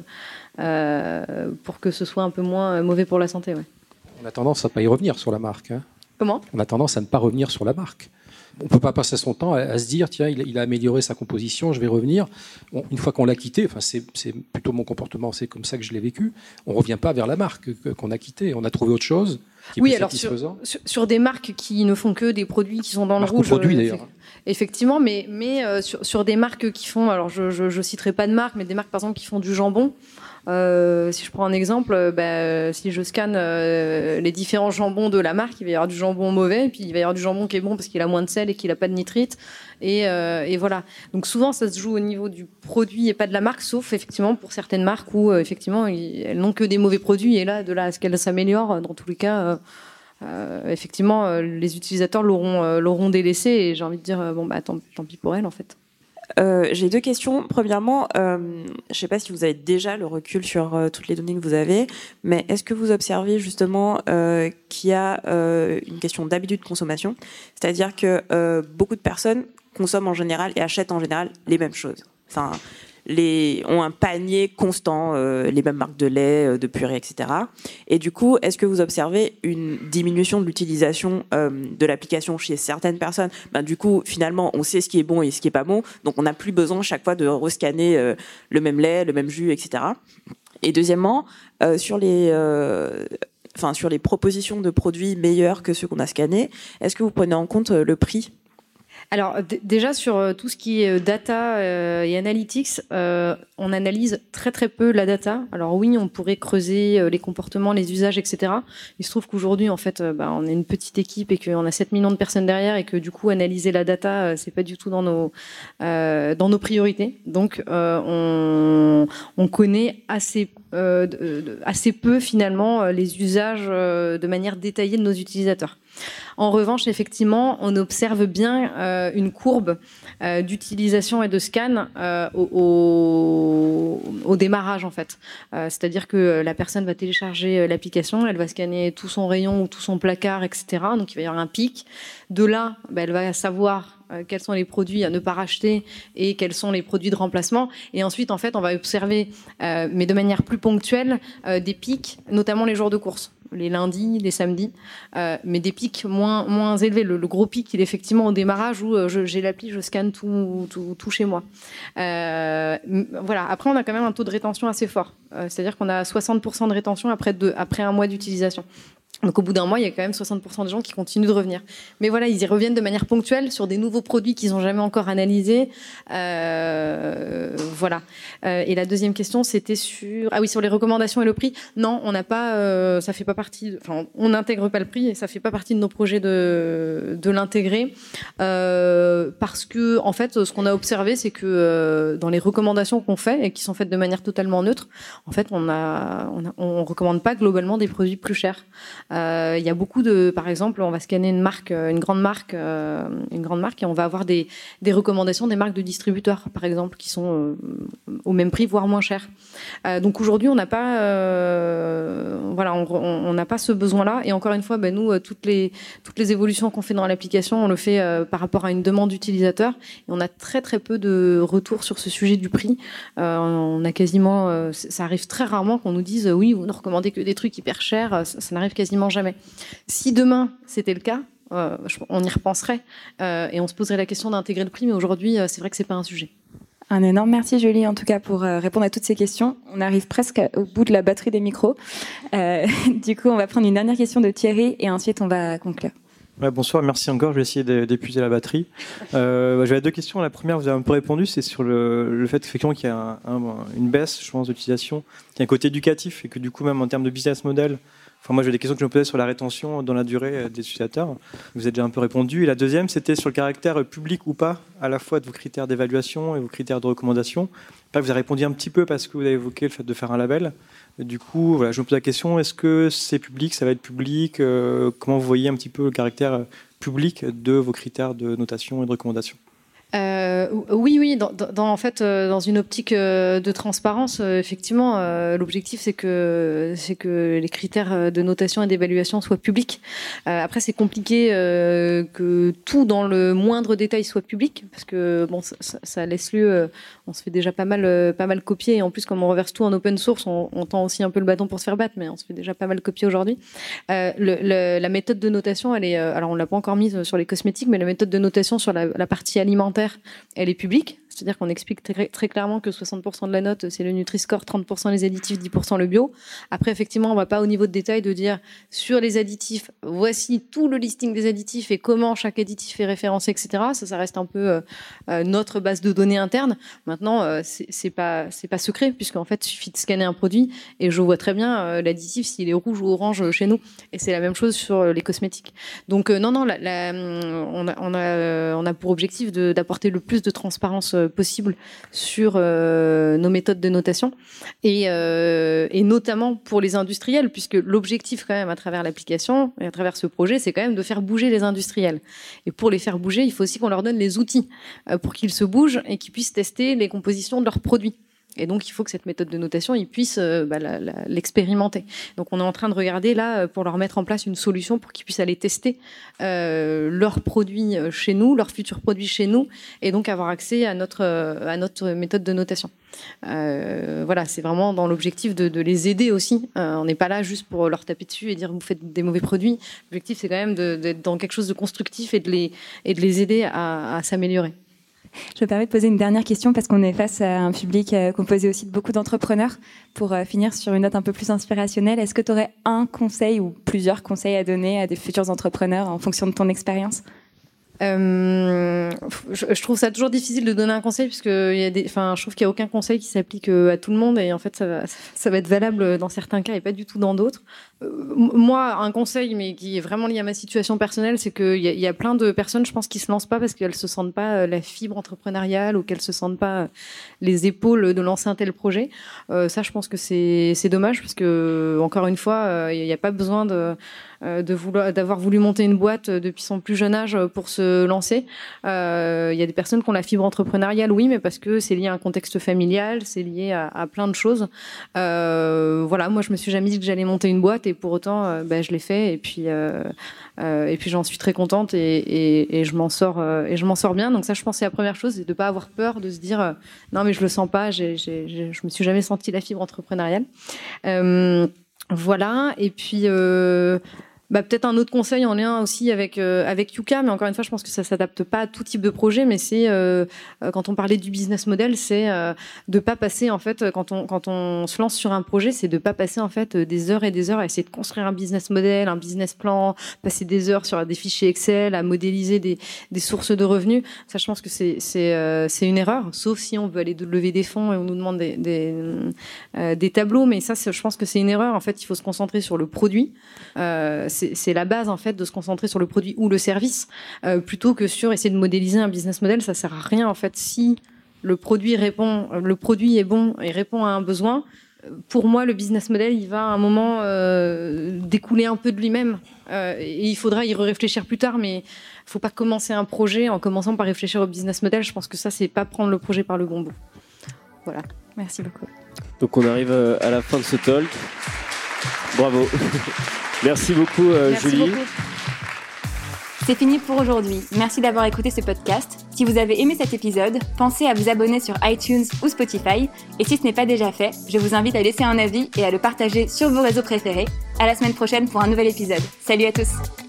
Euh, pour que ce soit un peu moins mauvais pour la santé. Ouais. On a tendance à ne pas y revenir sur la marque. Hein. Comment ? On a tendance à ne pas revenir sur la marque. On ne peut pas passer son temps à, à se dire, tiens, il, il a amélioré sa composition, je vais revenir. On, une fois qu'on l'a quitté, enfin, c'est, c'est plutôt mon comportement, c'est comme ça que je l'ai vécu, on ne revient pas vers la marque que, qu'on a quittée. On a trouvé autre chose qui est oui, plus alors satisfaisant. Sur, sur, sur des marques qui ne font que des produits qui sont dans Marque le rouge. Produits, euh, d'ailleurs. Effectivement, mais, mais euh, sur, sur des marques qui font, alors je ne citerai pas de marque, mais des marques par exemple qui font du jambon. Euh, si je prends un exemple, euh, bah, si je scanne euh, les différents jambons de la marque, il va y avoir du jambon mauvais, et puis il va y avoir du jambon qui est bon parce qu'il a moins de sel et qu'il n'a pas de nitrite. Et, euh, et voilà. Donc souvent, ça se joue au niveau du produit et pas de la marque, sauf effectivement pour certaines marques où euh, effectivement elles n'ont que des mauvais produits. Et là, de là à ce qu'elles s'améliorent, dans tous les cas. Euh, Euh, effectivement, euh, les utilisateurs l'auront, euh, l'auront délaissé et j'ai envie de dire, euh, bon, bah, tant, tant pis pour elle, en fait. Euh, j'ai deux questions. Premièrement, euh, je ne sais pas si vous avez déjà le recul sur euh, toutes les données que vous avez, mais est-ce que vous observez justement euh, qu'il y a euh, une question d'habitude de consommation ? C'est-à-dire que euh, beaucoup de personnes consomment en général et achètent en général les mêmes choses. Enfin, les, ont un panier constant, euh, les mêmes marques de lait, euh, de purée, et cetera. Et du coup, est-ce que vous observez une diminution de l'utilisation euh, de l'application chez certaines personnes ? Ben, du coup, finalement, on sait ce qui est bon et ce qui est pas bon, donc on n'a plus besoin chaque fois de rescanner euh, le même lait, le même jus, et cetera. Et deuxièmement, euh, sur les... Euh, Enfin, sur les propositions de produits meilleurs que ceux qu'on a scannés, est-ce que vous prenez en compte euh, le prix ? Alors d- déjà sur euh, tout ce qui est data euh, et analytics, euh, on analyse très très peu la data. Alors oui, on pourrait creuser euh, les comportements, les usages, et cetera. Il se trouve qu'aujourd'hui, en fait, euh, bah, on est une petite équipe et qu'on a sept millions de personnes derrière et que du coup, analyser la data, euh, c'est pas du tout dans nos euh, dans nos priorités. Donc, euh, on on connaît assez euh, de, de, assez peu finalement euh, les usages euh, de manière détaillée de nos utilisateurs. En revanche, effectivement, on observe bien euh, une courbe euh, d'utilisation et de scan euh, au, au, au démarrage, en fait. Euh, c'est-à-dire que la personne va télécharger l'application, elle va scanner tout son rayon ou tout son placard, et cetera. Donc, il va y avoir un pic. De là, bah, elle va savoir euh, quels sont les produits à ne pas racheter et quels sont les produits de remplacement. Et ensuite, en fait, on va observer, euh, mais de manière plus ponctuelle, euh, des pics, notamment les jours de course. Les lundis, les samedis, euh, mais des pics moins, moins élevés. Le, le gros pic, il est effectivement au démarrage où euh, je, j'ai l'appli, je scanne tout, tout, tout chez moi. Euh, voilà. Après, on a quand même un taux de rétention assez fort. Euh, c'est-à-dire qu'on a soixante pour cent de rétention après, deux, après un mois d'utilisation. Donc au bout d'un mois, il y a quand même soixante pour cent des gens qui continuent de revenir. Mais voilà, ils y reviennent de manière ponctuelle sur des nouveaux produits qu'ils n'ont jamais encore analysés. Euh, voilà. Euh, et la deuxième question, c'était sur ah oui sur les recommandations et le prix. Non, on n'a pas, euh, ça fait pas partie. De, enfin, on n'intègre pas le prix et ça fait pas partie de nos projets de de l'intégrer euh, parce que en fait, ce qu'on a observé, c'est que euh, dans les recommandations qu'on fait et qui sont faites de manière totalement neutre, en fait, on a on, a, on recommande pas globalement des produits plus chers. Euh, il y a beaucoup de, par exemple, on va scanner une marque, une grande marque, euh, une grande marque, et on va avoir des, des recommandations des marques de distributeurs, par exemple, qui sont euh, au même prix, voire moins chères. Euh, donc aujourd'hui, on n'a pas, euh, voilà, on n'a pas ce besoin-là. Et encore une fois, ben, nous, toutes les toutes les évolutions qu'on fait dans l'application, on le fait euh, par rapport à une demande utilisateur. Et on a très très peu de retours sur ce sujet du prix. Euh, on a quasiment, euh, ça arrive très rarement qu'on nous dise euh, oui, vous ne recommandez que des trucs hyper chers. Ça, ça n'arrive quasiment jamais. Si demain c'était le cas, euh, on y repenserait euh, et on se poserait la question d'intégrer le prix. Mais aujourd'hui, euh, c'est vrai que c'est pas un sujet. Un énorme merci Julie en tout cas pour euh, répondre à toutes ces questions. On arrive presque au bout de la batterie des micros. Euh, du coup, on va prendre une dernière question de Thierry et ensuite on va conclure. Ouais, bonsoir, merci encore. Je vais essayer d'épuiser la batterie. Euh, J'avais deux questions. La première, vous avez un peu répondu, c'est sur le, le fait effectivement qu'il y a un, un, une baisse, je pense, d'utilisation, qu'il y a un côté éducatif et que du coup, même en termes de business model, enfin, moi, j'ai des questions que je me posais sur la rétention dans la durée des utilisateurs. Vous avez déjà un peu répondu. Et la deuxième, c'était sur le caractère public ou pas, à la fois de vos critères d'évaluation et vos critères de recommandation. Là, vous avez répondu un petit peu parce que vous avez évoqué le fait de faire un label. Du coup, voilà, je me pose la question, est-ce que c'est public, ça va être public euh, Comment vous voyez un petit peu le caractère public de vos critères de notation et de recommandation ? Euh, oui, oui, dans, dans, en fait, euh, dans une optique euh, de transparence, euh, effectivement, euh, l'objectif c'est que c'est que les critères de notation et d'évaluation soient publics. Euh, après, c'est compliqué euh, que tout dans le moindre détail soit public, parce que bon, ça, ça laisse lieu. Euh, on se fait déjà pas mal, euh, pas mal copier, et en plus, comme on reverse tout en open source, on, on tend aussi un peu le bâton pour se faire battre, mais on se fait déjà pas mal copier aujourd'hui. Euh, le, le, la méthode de notation, elle est, euh, alors on l'a pas encore mise sur les cosmétiques, mais la méthode de notation sur la, la partie alimentaire, elle est publique, c'est-à-dire qu'on explique très, très clairement que soixante pour cent de la note, c'est le Nutri-Score, trente pour cent les additifs, dix pour cent le bio. Après, effectivement, on ne va pas au niveau de détail de dire sur les additifs, voici tout le listing des additifs et comment chaque additif est référencé, et cetera. Ça, ça reste un peu euh, notre base de données interne. Maintenant, euh, c'est, c'est pas, c'est pas secret, puisqu'en fait, il suffit de scanner un produit et je vois très bien euh, l'additif s'il est rouge ou orange chez nous. Et c'est la même chose sur les cosmétiques. Donc, euh, non, non, la, la, on, a, on, a, on a pour objectif de, d'apporter le plus de transparence possible sur euh, nos méthodes de notation et, euh, et notamment pour les industriels, puisque l'objectif quand même à travers l'application et à travers ce projet, c'est quand même de faire bouger les industriels. Et pour les faire bouger, il faut aussi qu'on leur donne les outils euh, pour qu'ils se bougent et qu'ils puissent tester les compositions de leurs produits. Et donc, il faut que cette méthode de notation, ils puissent euh, bah, la, la, l'expérimenter. Donc, on est en train de regarder là pour leur mettre en place une solution pour qu'ils puissent aller tester euh, leurs produits chez nous, leurs futurs produits chez nous, et donc avoir accès à notre, à notre méthode de notation. Euh, voilà, c'est vraiment dans l'objectif de, de les aider aussi. Euh, on n'est pas là juste pour leur taper dessus et dire vous faites des mauvais produits. L'objectif, c'est quand même de, d'être dans quelque chose de constructif et de les, et de les aider à, à s'améliorer. Je me permets de poser une dernière question parce qu'on est face à un public composé aussi de beaucoup d'entrepreneurs. Pour finir sur une note un peu plus inspirationnelle, est-ce que tu aurais un conseil ou plusieurs conseils à donner à des futurs entrepreneurs en fonction de ton expérience ? Euh, je, je trouve ça toujours difficile de donner un conseil puisque il y a des, enfin, je trouve qu'il n'y a aucun conseil qui s'applique à tout le monde et en fait ça va, ça va être valable dans certains cas et pas du tout dans d'autres. Euh, moi, un conseil, mais qui est vraiment lié à ma situation personnelle, c'est qu'il y, y a plein de personnes, je pense, qui se lancent pas parce qu'elles se sentent pas la fibre entrepreneuriale ou qu'elles se sentent pas les épaules de lancer un tel projet. Euh, ça, je pense que c'est, c'est dommage parce que encore une fois, il n'y a, a pas besoin de de vouloir, d'avoir voulu monter une boîte depuis son plus jeune âge pour se lancer. Il euh, y a des personnes qui ont la fibre entrepreneuriale, oui, mais parce que c'est lié à un contexte familial, c'est lié à, à plein de choses. Euh, voilà, moi, je me suis jamais dit que j'allais monter une boîte et pour autant, euh, bah, je l'ai fait et puis, euh, euh, et puis j'en suis très contente et, et, et je m'en sors euh, et je m'en sors bien. Donc ça, je pense que c'est la première chose, c'est de pas avoir peur, de se dire euh, non, mais je le sens pas, j'ai, j'ai, j'ai, je me suis jamais senti la fibre entrepreneuriale. Euh, voilà, et puis euh, bah, peut-être un autre conseil en lien aussi avec euh, avec Yuka, mais encore une fois, je pense que ça s'adapte pas à tout type de projet, mais c'est euh, quand on parlait du business model, c'est euh, de pas passer en fait quand on quand on se lance sur un projet, c'est de pas passer en fait des heures et des heures à essayer de construire un business model, un business plan, passer des heures sur des fichiers Excel, à modéliser des des sources de revenus. Ça, je pense que c'est c'est euh, c'est une erreur, sauf si on veut aller de lever des fonds et on nous demande des des, euh, des tableaux, mais ça, c'est, je pense que c'est une erreur. En fait, il faut se concentrer sur le produit. Euh, C'est, c'est la base en fait de se concentrer sur le produit ou le service euh, plutôt que sur essayer de modéliser un business model. Ça sert à rien en fait si le produit répond, le produit est bon et répond à un besoin. pour moi, le business model, il va à un moment euh, découler un peu de lui-même. Euh, et il faudra y réfléchir plus tard, mais il ne faut pas commencer un projet en commençant par réfléchir au business model. Je pense que ça, c'est pas prendre le projet par le bon bout. Voilà, merci beaucoup. Donc on arrive à la fin de ce talk. Bravo. Merci beaucoup, euh, Merci Julie. beaucoup. C'est fini pour aujourd'hui. Merci d'avoir écouté ce podcast. Si vous avez aimé cet épisode, pensez à vous abonner sur iTunes ou Spotify. Et si ce n'est pas déjà fait, je vous invite à laisser un avis et à le partager sur vos réseaux préférés. À la semaine prochaine pour un nouvel épisode. Salut à tous.